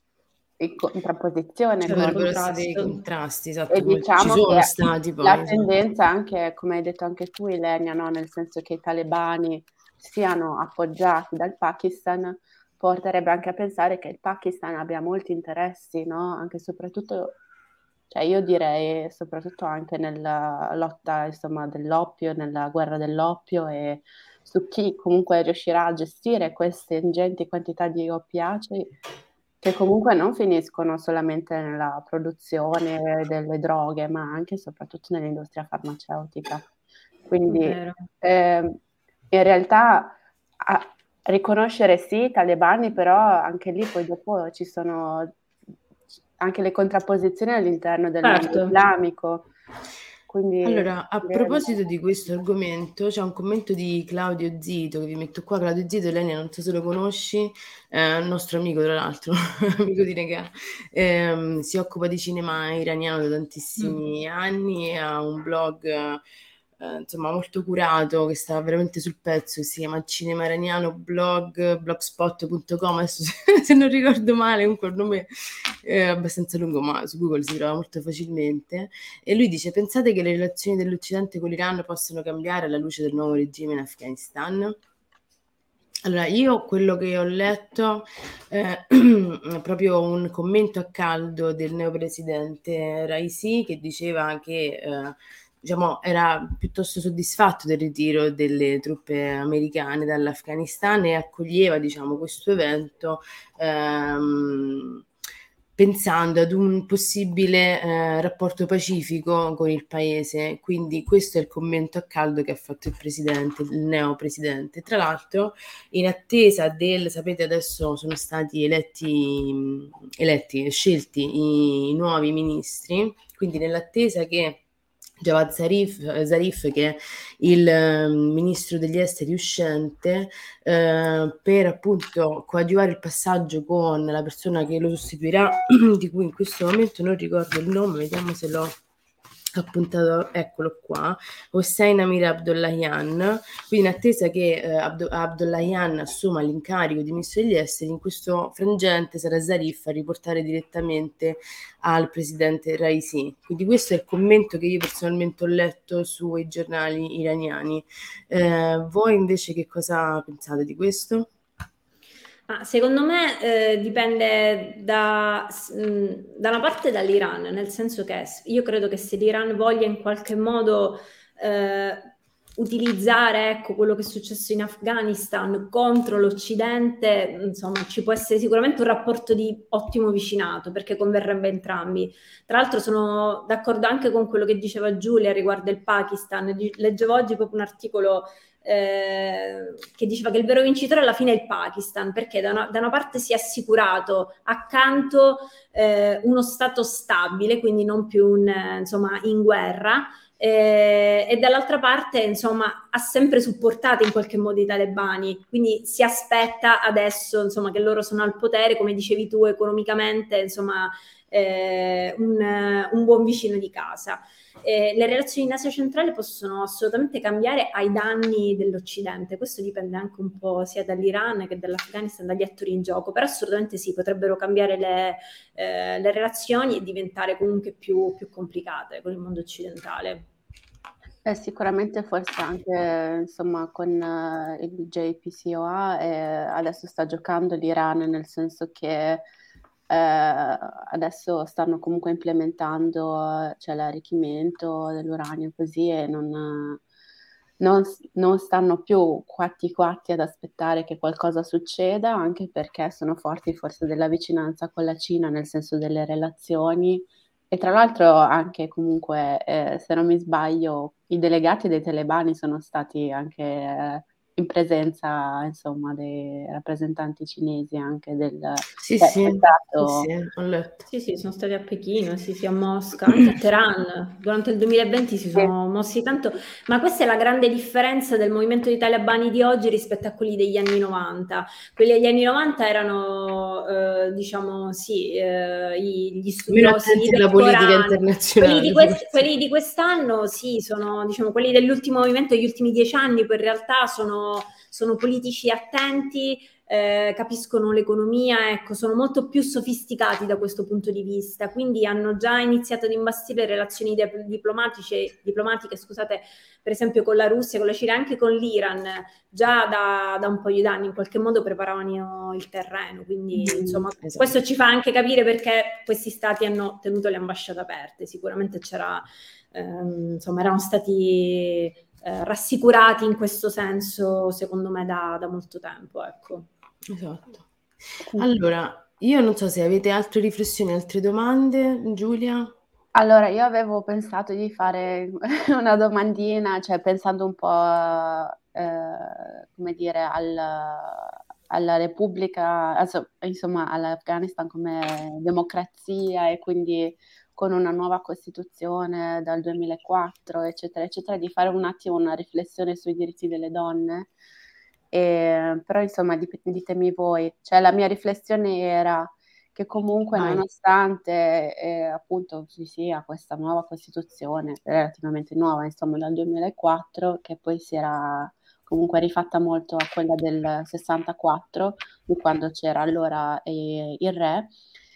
in contrapposizione Cioè, con potrebbero essere dei Contrasto. contrasti, e esatto, come ci diciamo sono che stati la poi, esatto. tendenza anche, come hai detto anche tu, Ilenia, no? Nel senso che i talebani siano appoggiati dal Pakistan, porterebbe anche a pensare che il Pakistan abbia molti interessi, no? Anche e soprattutto, cioè io direi soprattutto anche nella lotta, insomma, dell'oppio, nella guerra dell'oppio e su chi comunque riuscirà a gestire queste ingenti quantità di oppiacei che comunque non finiscono solamente nella produzione delle droghe, ma anche e soprattutto nell'industria farmaceutica. Quindi Vero. eh, in realtà a- riconoscere sì i talebani, però anche lì poi dopo ci sono anche le contrapposizioni all'interno del mondo Certo. islamico. Quindi Allora, a direi- proposito di questo argomento, c'è un commento di Claudio Zito che vi metto qua. Claudio Zito, Elenia, non so se lo conosci, è un nostro amico, tra l'altro, amico di Nega. Ehm, si occupa di cinema iraniano da tantissimi anni e ha un blog, eh, insomma, molto curato che sta veramente sul pezzo, si chiama Cinema Iraniano Blog, blogspot punto com, adesso se, se non ricordo male, comunque il nome è abbastanza lungo, ma su Google si trova molto facilmente. E lui dice: pensate che le relazioni dell'Occidente con l'Iran possono cambiare alla luce del nuovo regime in Afghanistan? Allora, io quello che ho letto è proprio un commento a caldo del neopresidente Raisi che diceva che eh, diciamo, era piuttosto soddisfatto del ritiro delle truppe americane dall'Afghanistan e accoglieva, diciamo, questo evento ehm, pensando ad un possibile eh, rapporto pacifico con il paese. Quindi questo è il commento a caldo che ha fatto il presidente, il neopresidente. Tra l'altro, in attesa del, sapete, adesso sono stati eletti, eletti, scelti i, i nuovi ministri, quindi nell'attesa che Javad Zarif, Zarif, che è il eh, ministro degli esteri uscente, eh, per appunto coadiuvare il passaggio con la persona che lo sostituirà, di cui in questo momento non ricordo il nome, vediamo se l'ho appuntato, eccolo qua, Hossein Amir Abdollahian. Quindi in attesa che eh, Abdo- Abdollahian assuma l'incarico di ministro degli esteri, in questo frangente sarà Zarif a riportare direttamente al presidente Raisi. Quindi questo è il commento che io personalmente ho letto sui giornali iraniani. Eh, voi invece che cosa pensate di questo? Ma secondo me eh, dipende da, s- mh, da una parte dall'Iran, nel senso che s- io credo che se l'Iran voglia in qualche modo eh, utilizzare ecco, quello che è successo in Afghanistan contro l'Occidente, insomma, ci può essere sicuramente un rapporto di ottimo vicinato, perché converrebbe a entrambi. Tra l'altro sono d'accordo anche con quello che diceva Giulia riguardo il Pakistan. Di- Leggevo oggi proprio un articolo eh, che diceva che il vero vincitore alla fine è il Pakistan, perché da una, da una parte si è assicurato accanto eh, uno stato stabile, quindi non più un, eh, insomma, in guerra, eh, e dall'altra parte insomma ha sempre supportato in qualche modo i talebani, quindi si aspetta adesso insomma che loro sono al potere, come dicevi tu, economicamente insomma eh, un, un buon vicino di casa. Eh, le relazioni in Asia centrale possono assolutamente cambiare ai danni dell'Occidente, questo dipende anche un po' sia dall'Iran che dall'Afghanistan, dagli attori in gioco, però assolutamente sì, potrebbero cambiare le, eh, le relazioni e diventare comunque più, più complicate con il mondo occidentale. Eh, sicuramente forse anche insomma con eh, il J P C O A eh, adesso sta giocando l'Iran, nel senso che eh, adesso stanno comunque implementando, eh, cioè, l'arricchimento dell'uranio così, e non, non, non stanno più quatti quatti ad aspettare che qualcosa succeda, anche perché sono forti forse della vicinanza con la Cina, nel senso delle relazioni. E tra l'altro anche comunque, eh, se non mi sbaglio, i delegati dei talebani sono stati anche eh, in presenza, insomma, dei rappresentanti cinesi anche del... Sì, Cioè, sì, c'è sì, stato... sì, ho letto. Sì, sì, sono stati a Pechino, sì, sì, a Mosca, anche a Teheran. Durante il duemilaventi si Sì, sono mossi tanto, ma questa è la grande differenza del movimento di talebani di oggi rispetto a quelli degli anni novanta. Quelli degli anni novanta erano, eh, diciamo, sì, eh, i- gli Meno studiosi attenti alla del politica Corano. Quelli di, internazionale, quest- forse. quelli di quest'anno, sì, sono, diciamo, quelli dell'ultimo movimento degli ultimi dieci anni, poi in realtà sono, sono politici attenti, eh, capiscono l'economia, ecco, sono molto più sofisticati da questo punto di vista, quindi hanno già iniziato ad imbastire relazioni de- diplomatiche, diplomatiche, scusate, per esempio con la Russia, con la Cina, anche con l'Iran, già da, da un paio di anni, in qualche modo preparavano il terreno, quindi insomma Esatto. questo ci fa anche capire perché questi stati hanno tenuto le ambasciate aperte, sicuramente c'era, ehm, insomma, erano stati eh, rassicurati in questo senso, secondo me, da, da molto tempo, ecco. Esatto. sì. Allora, io non so se avete altre riflessioni, altre domande, Giulia? Allora, io avevo pensato di fare una domandina, cioè pensando un po', eh, come dire, al- alla Repubblica, adesso, insomma, all'Afghanistan come democrazia, e quindi con una nuova Costituzione dal duemilaquattro, eccetera, eccetera, di fare un attimo una riflessione sui diritti delle donne. E, però, insomma, dip- ditemi voi, cioè la mia riflessione era che comunque Vai. nonostante eh, appunto ci sia questa nuova Costituzione, relativamente nuova, insomma dal duemilaquattro, che poi si era comunque rifatta molto a quella del sessantaquattro, di quando c'era allora eh, il re,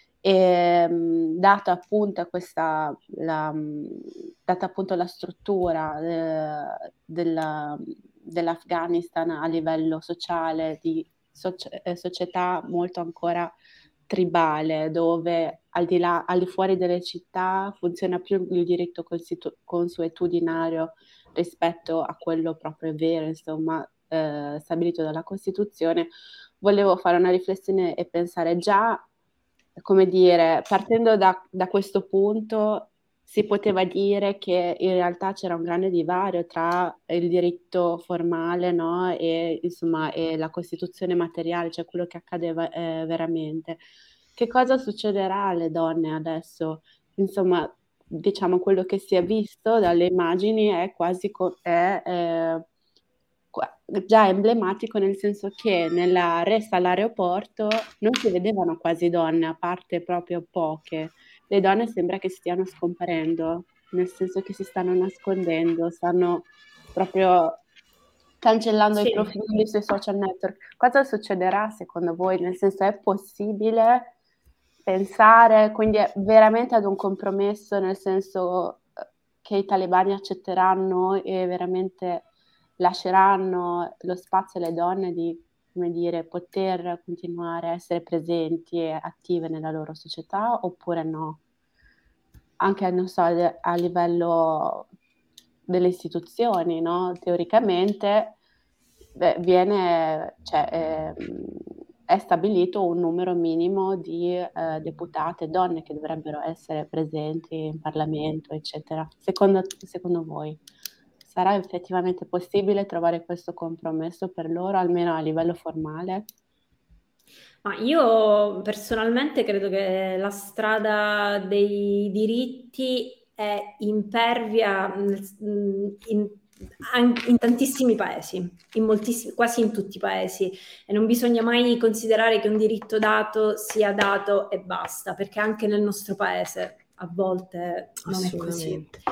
e mh, data appunto questa, la, mh, data appunto la struttura eh, della- dell'Afghanistan a livello sociale, di soci- eh, società molto ancora tribale, dove al di là, al di fuori delle città funziona più il diritto consitu- consuetudinario rispetto a quello proprio vero, insomma, eh, stabilito dalla Costituzione. Volevo fare una riflessione e pensare già, come dire, partendo da, da questo punto, si poteva dire che in realtà c'era un grande divario tra il diritto formale, no, e, insomma, e la Costituzione materiale, cioè quello che accadeva eh, veramente. Che cosa succederà alle donne adesso? Insomma, diciamo, quello che si è visto dalle immagini è quasi co- è, eh, qua- già emblematico, nel senso che nella resta all'aeroporto non si vedevano quasi donne, a parte proprio poche. Le donne sembra che stiano scomparendo, nel senso che si stanno nascondendo, stanno proprio cancellando i Sì. profili sui social network. Cosa succederà secondo voi? Nel senso, è possibile pensare quindi è veramente ad un compromesso, nel senso eh, che i talebani accetteranno e veramente lasceranno lo spazio alle donne di, come dire, poter continuare a essere presenti e attive nella loro società, oppure no? Anche, non so, a livello delle istituzioni, no? Teoricamente beh, viene, cioè, ehm, è stabilito un numero minimo di eh, deputate donne che dovrebbero essere presenti in Parlamento, eccetera. Secondo, secondo voi sarà effettivamente possibile trovare questo compromesso per loro, almeno a livello formale? Ma io personalmente credo che la strada dei diritti è impervia mh, in, an- in tantissimi paesi, in moltissimi, quasi in tutti i paesi, e non bisogna mai considerare che un diritto dato sia dato e basta, perché anche nel nostro paese a volte non è così. Assolutamente.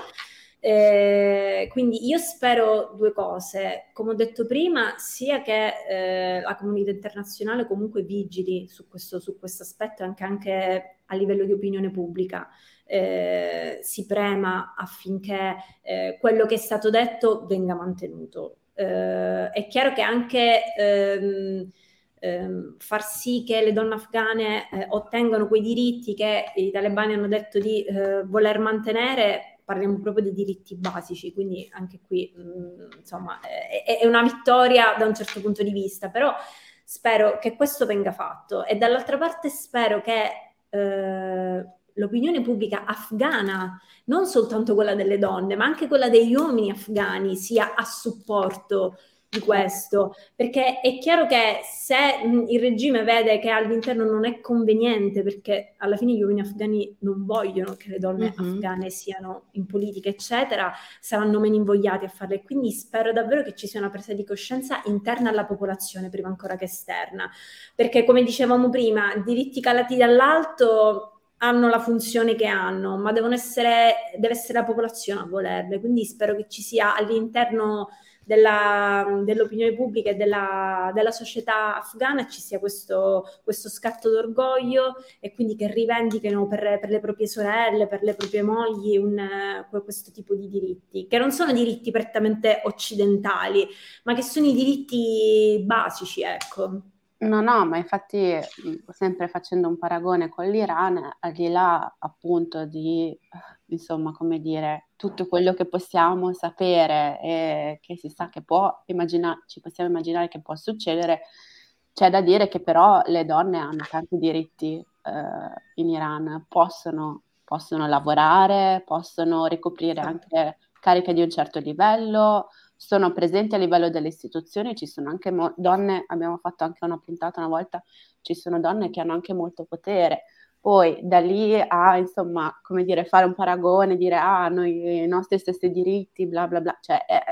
Eh, quindi io spero due cose, come ho detto prima, sia che eh, la comunità internazionale comunque vigili su questo, su questo aspetto, anche, anche a livello di opinione pubblica, eh, si prema affinché eh, quello che è stato detto venga mantenuto. Eh, è chiaro che anche ehm, ehm, far sì che le donne afghane eh, ottengano quei diritti che i talebani hanno detto di eh, voler mantenere, parliamo proprio di diritti basici, quindi anche qui mh, insomma è, è una vittoria da un certo punto di vista, però spero che questo venga fatto e dall'altra parte spero che eh, l'opinione pubblica afghana, non soltanto quella delle donne, ma anche quella degli uomini afghani sia a supporto di questo, perché è chiaro che se mh, il regime vede che all'interno non è conveniente, perché alla fine gli uomini afghani non vogliono che le donne Mhm. afghane siano in politica, eccetera, saranno meno invogliati a farle. Quindi spero davvero che ci sia una presa di coscienza interna alla popolazione prima ancora che esterna, perché come dicevamo prima, diritti calati dall'alto hanno la funzione che hanno, ma devono essere, deve essere la popolazione a volerle, quindi spero che ci sia all'interno della, dell'opinione pubblica e della, della società afghana ci sia questo, questo scatto d'orgoglio e quindi che rivendichino per, per le proprie sorelle, per le proprie mogli un, questo tipo di diritti, che non sono diritti prettamente occidentali, ma che sono i diritti basici, ecco. No, no, ma infatti, mh, sempre facendo un paragone con l'Iran, al di là appunto di, eh, insomma, come dire, tutto quello che possiamo sapere e che si sa che può immagina- ci possiamo immaginare che può succedere, c'è da dire che però le donne hanno tanti diritti, eh, in Iran, possono, possono lavorare, possono ricoprire anche cariche di un certo livello, sono presenti a livello delle istituzioni, ci sono anche mo- donne, abbiamo fatto anche una puntata una volta, ci sono donne che hanno anche molto potere. Poi da lì a, insomma, come dire, fare un paragone, dire ah, noi i nostri stessi diritti, bla bla bla, cioè è,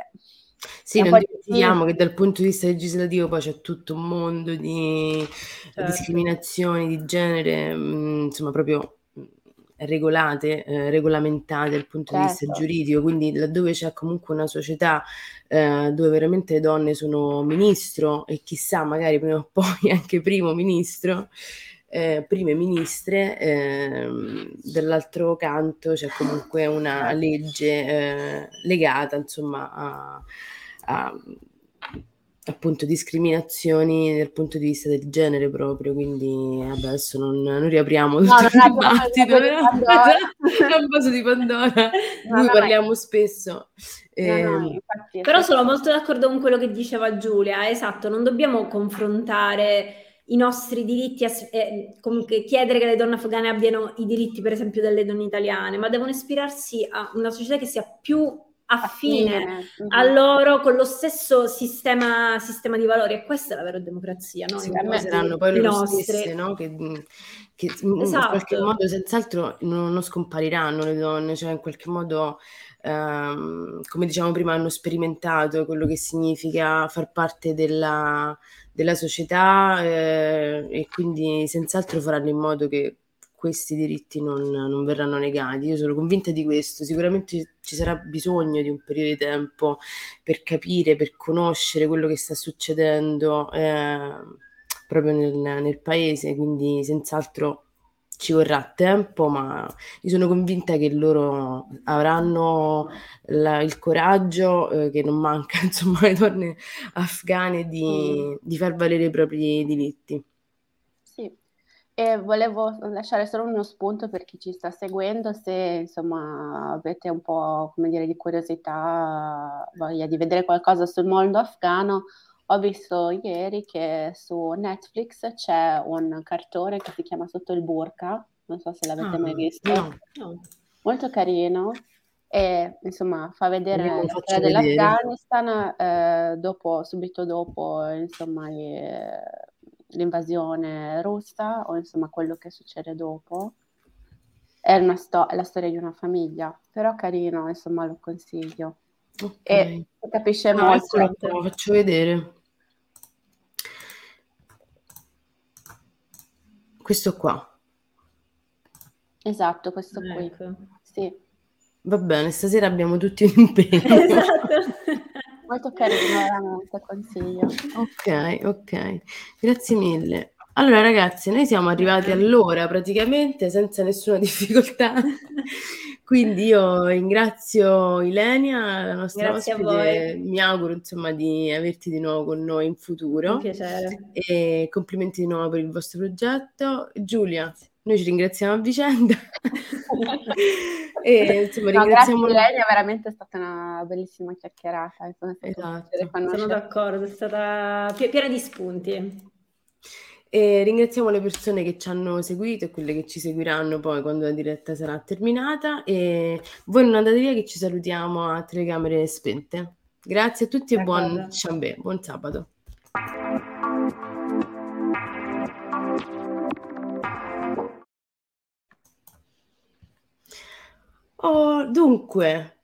Sì, è un non po' dimentichiamo che difficile. dal punto di vista legislativo poi c'è tutto un mondo di Certo. discriminazioni di genere, mh, insomma, proprio mh, regolate, eh, regolamentate dal punto di vista Certo. giuridico, quindi laddove c'è comunque una società eh, dove veramente le donne sono ministro e chissà, magari prima o poi anche primo ministro, eh, prime ministre, ehm, dall'altro canto c'è comunque una legge eh, legata, insomma, a, a appunto discriminazioni dal punto di vista del genere proprio, quindi vabbè, adesso non, non riapriamo No, tutto non il apriamo il dibattito, vaso di però Pandora. è un vaso di Pandora di No, cui no, ma parliamo spesso. no, no, Ehm, infatti, Però se- sono molto d'accordo con quello che diceva Giulia, esatto, non dobbiamo confrontare i nostri diritti, as- eh, comunque chiedere che le donne afghane abbiano i diritti, per esempio, delle donne italiane, ma devono ispirarsi a una società che sia più affine affine. a Mhm. loro con lo stesso sistema, sistema di valori, e questa è la vera democrazia, no? sì, I, Per poi me, saranno nostri, poi i loro stesse, nostri. no? Che, che in qualche Esatto. modo, senz'altro, non, non scompariranno le donne, cioè in qualche modo, ehm, come diciamo prima, hanno sperimentato quello che significa far parte della, della società eh, e quindi senz'altro faranno in modo che questi diritti non, non verranno negati. Io sono convinta di questo. Sicuramente ci sarà bisogno di un periodo di tempo per capire, per conoscere quello che sta succedendo eh, proprio nel, nel paese, quindi senz'altro ci vorrà tempo, ma io sono convinta che loro avranno la- il coraggio eh, che non manca, insomma, alle donne afghane mm, di, di far valere i propri diritti. sì. E volevo lasciare solo uno spunto per chi ci sta seguendo, se insomma avete un po', come dire, di curiosità, voglia di vedere qualcosa sul mondo afghano. Ho visto ieri che su Netflix c'è un cartone che si chiama Sotto il burka, non so se Ah, l'avete mai visto, no, No. molto carino e insomma fa vedere vediamo, la faccio storia vedere. dell'Afghanistan eh, dopo, subito dopo insomma eh, l'invasione russa o insomma quello che succede dopo. È una sto- è la storia di una famiglia, però carino, insomma lo consiglio. Ok. E si capisce Ah, molto. eccolo qua, faccio vedere. Questo qua. Esatto, questo qui. Ecco. Sì, Va bene, stasera abbiamo tutti un impegno. Esatto. molto carino, veramente consiglio. Ok, ok. Grazie mille. Allora ragazzi, noi siamo arrivati all'ora praticamente senza nessuna difficoltà, quindi io ringrazio Ilenia, la nostra Grazie a ospite, voi. mi auguro insomma di averti di nuovo con noi in futuro. Un piacere. E complimenti di nuovo per il vostro progetto. Giulia, noi ci ringraziamo a vicenda. E insomma No, ringraziamo... grazie Ilenia, veramente è stata una bellissima chiacchierata. È stato un Esatto. piacere Sono conoscerti. d'accordo, è stata pi- piena di spunti. E ringraziamo le persone che ci hanno seguito e quelle che ci seguiranno poi quando la diretta sarà terminata. E voi non andate via che ci salutiamo a telecamere spente. Grazie a tutti e buon D'accordo. Ciambè, buon sabato. Oh, dunque,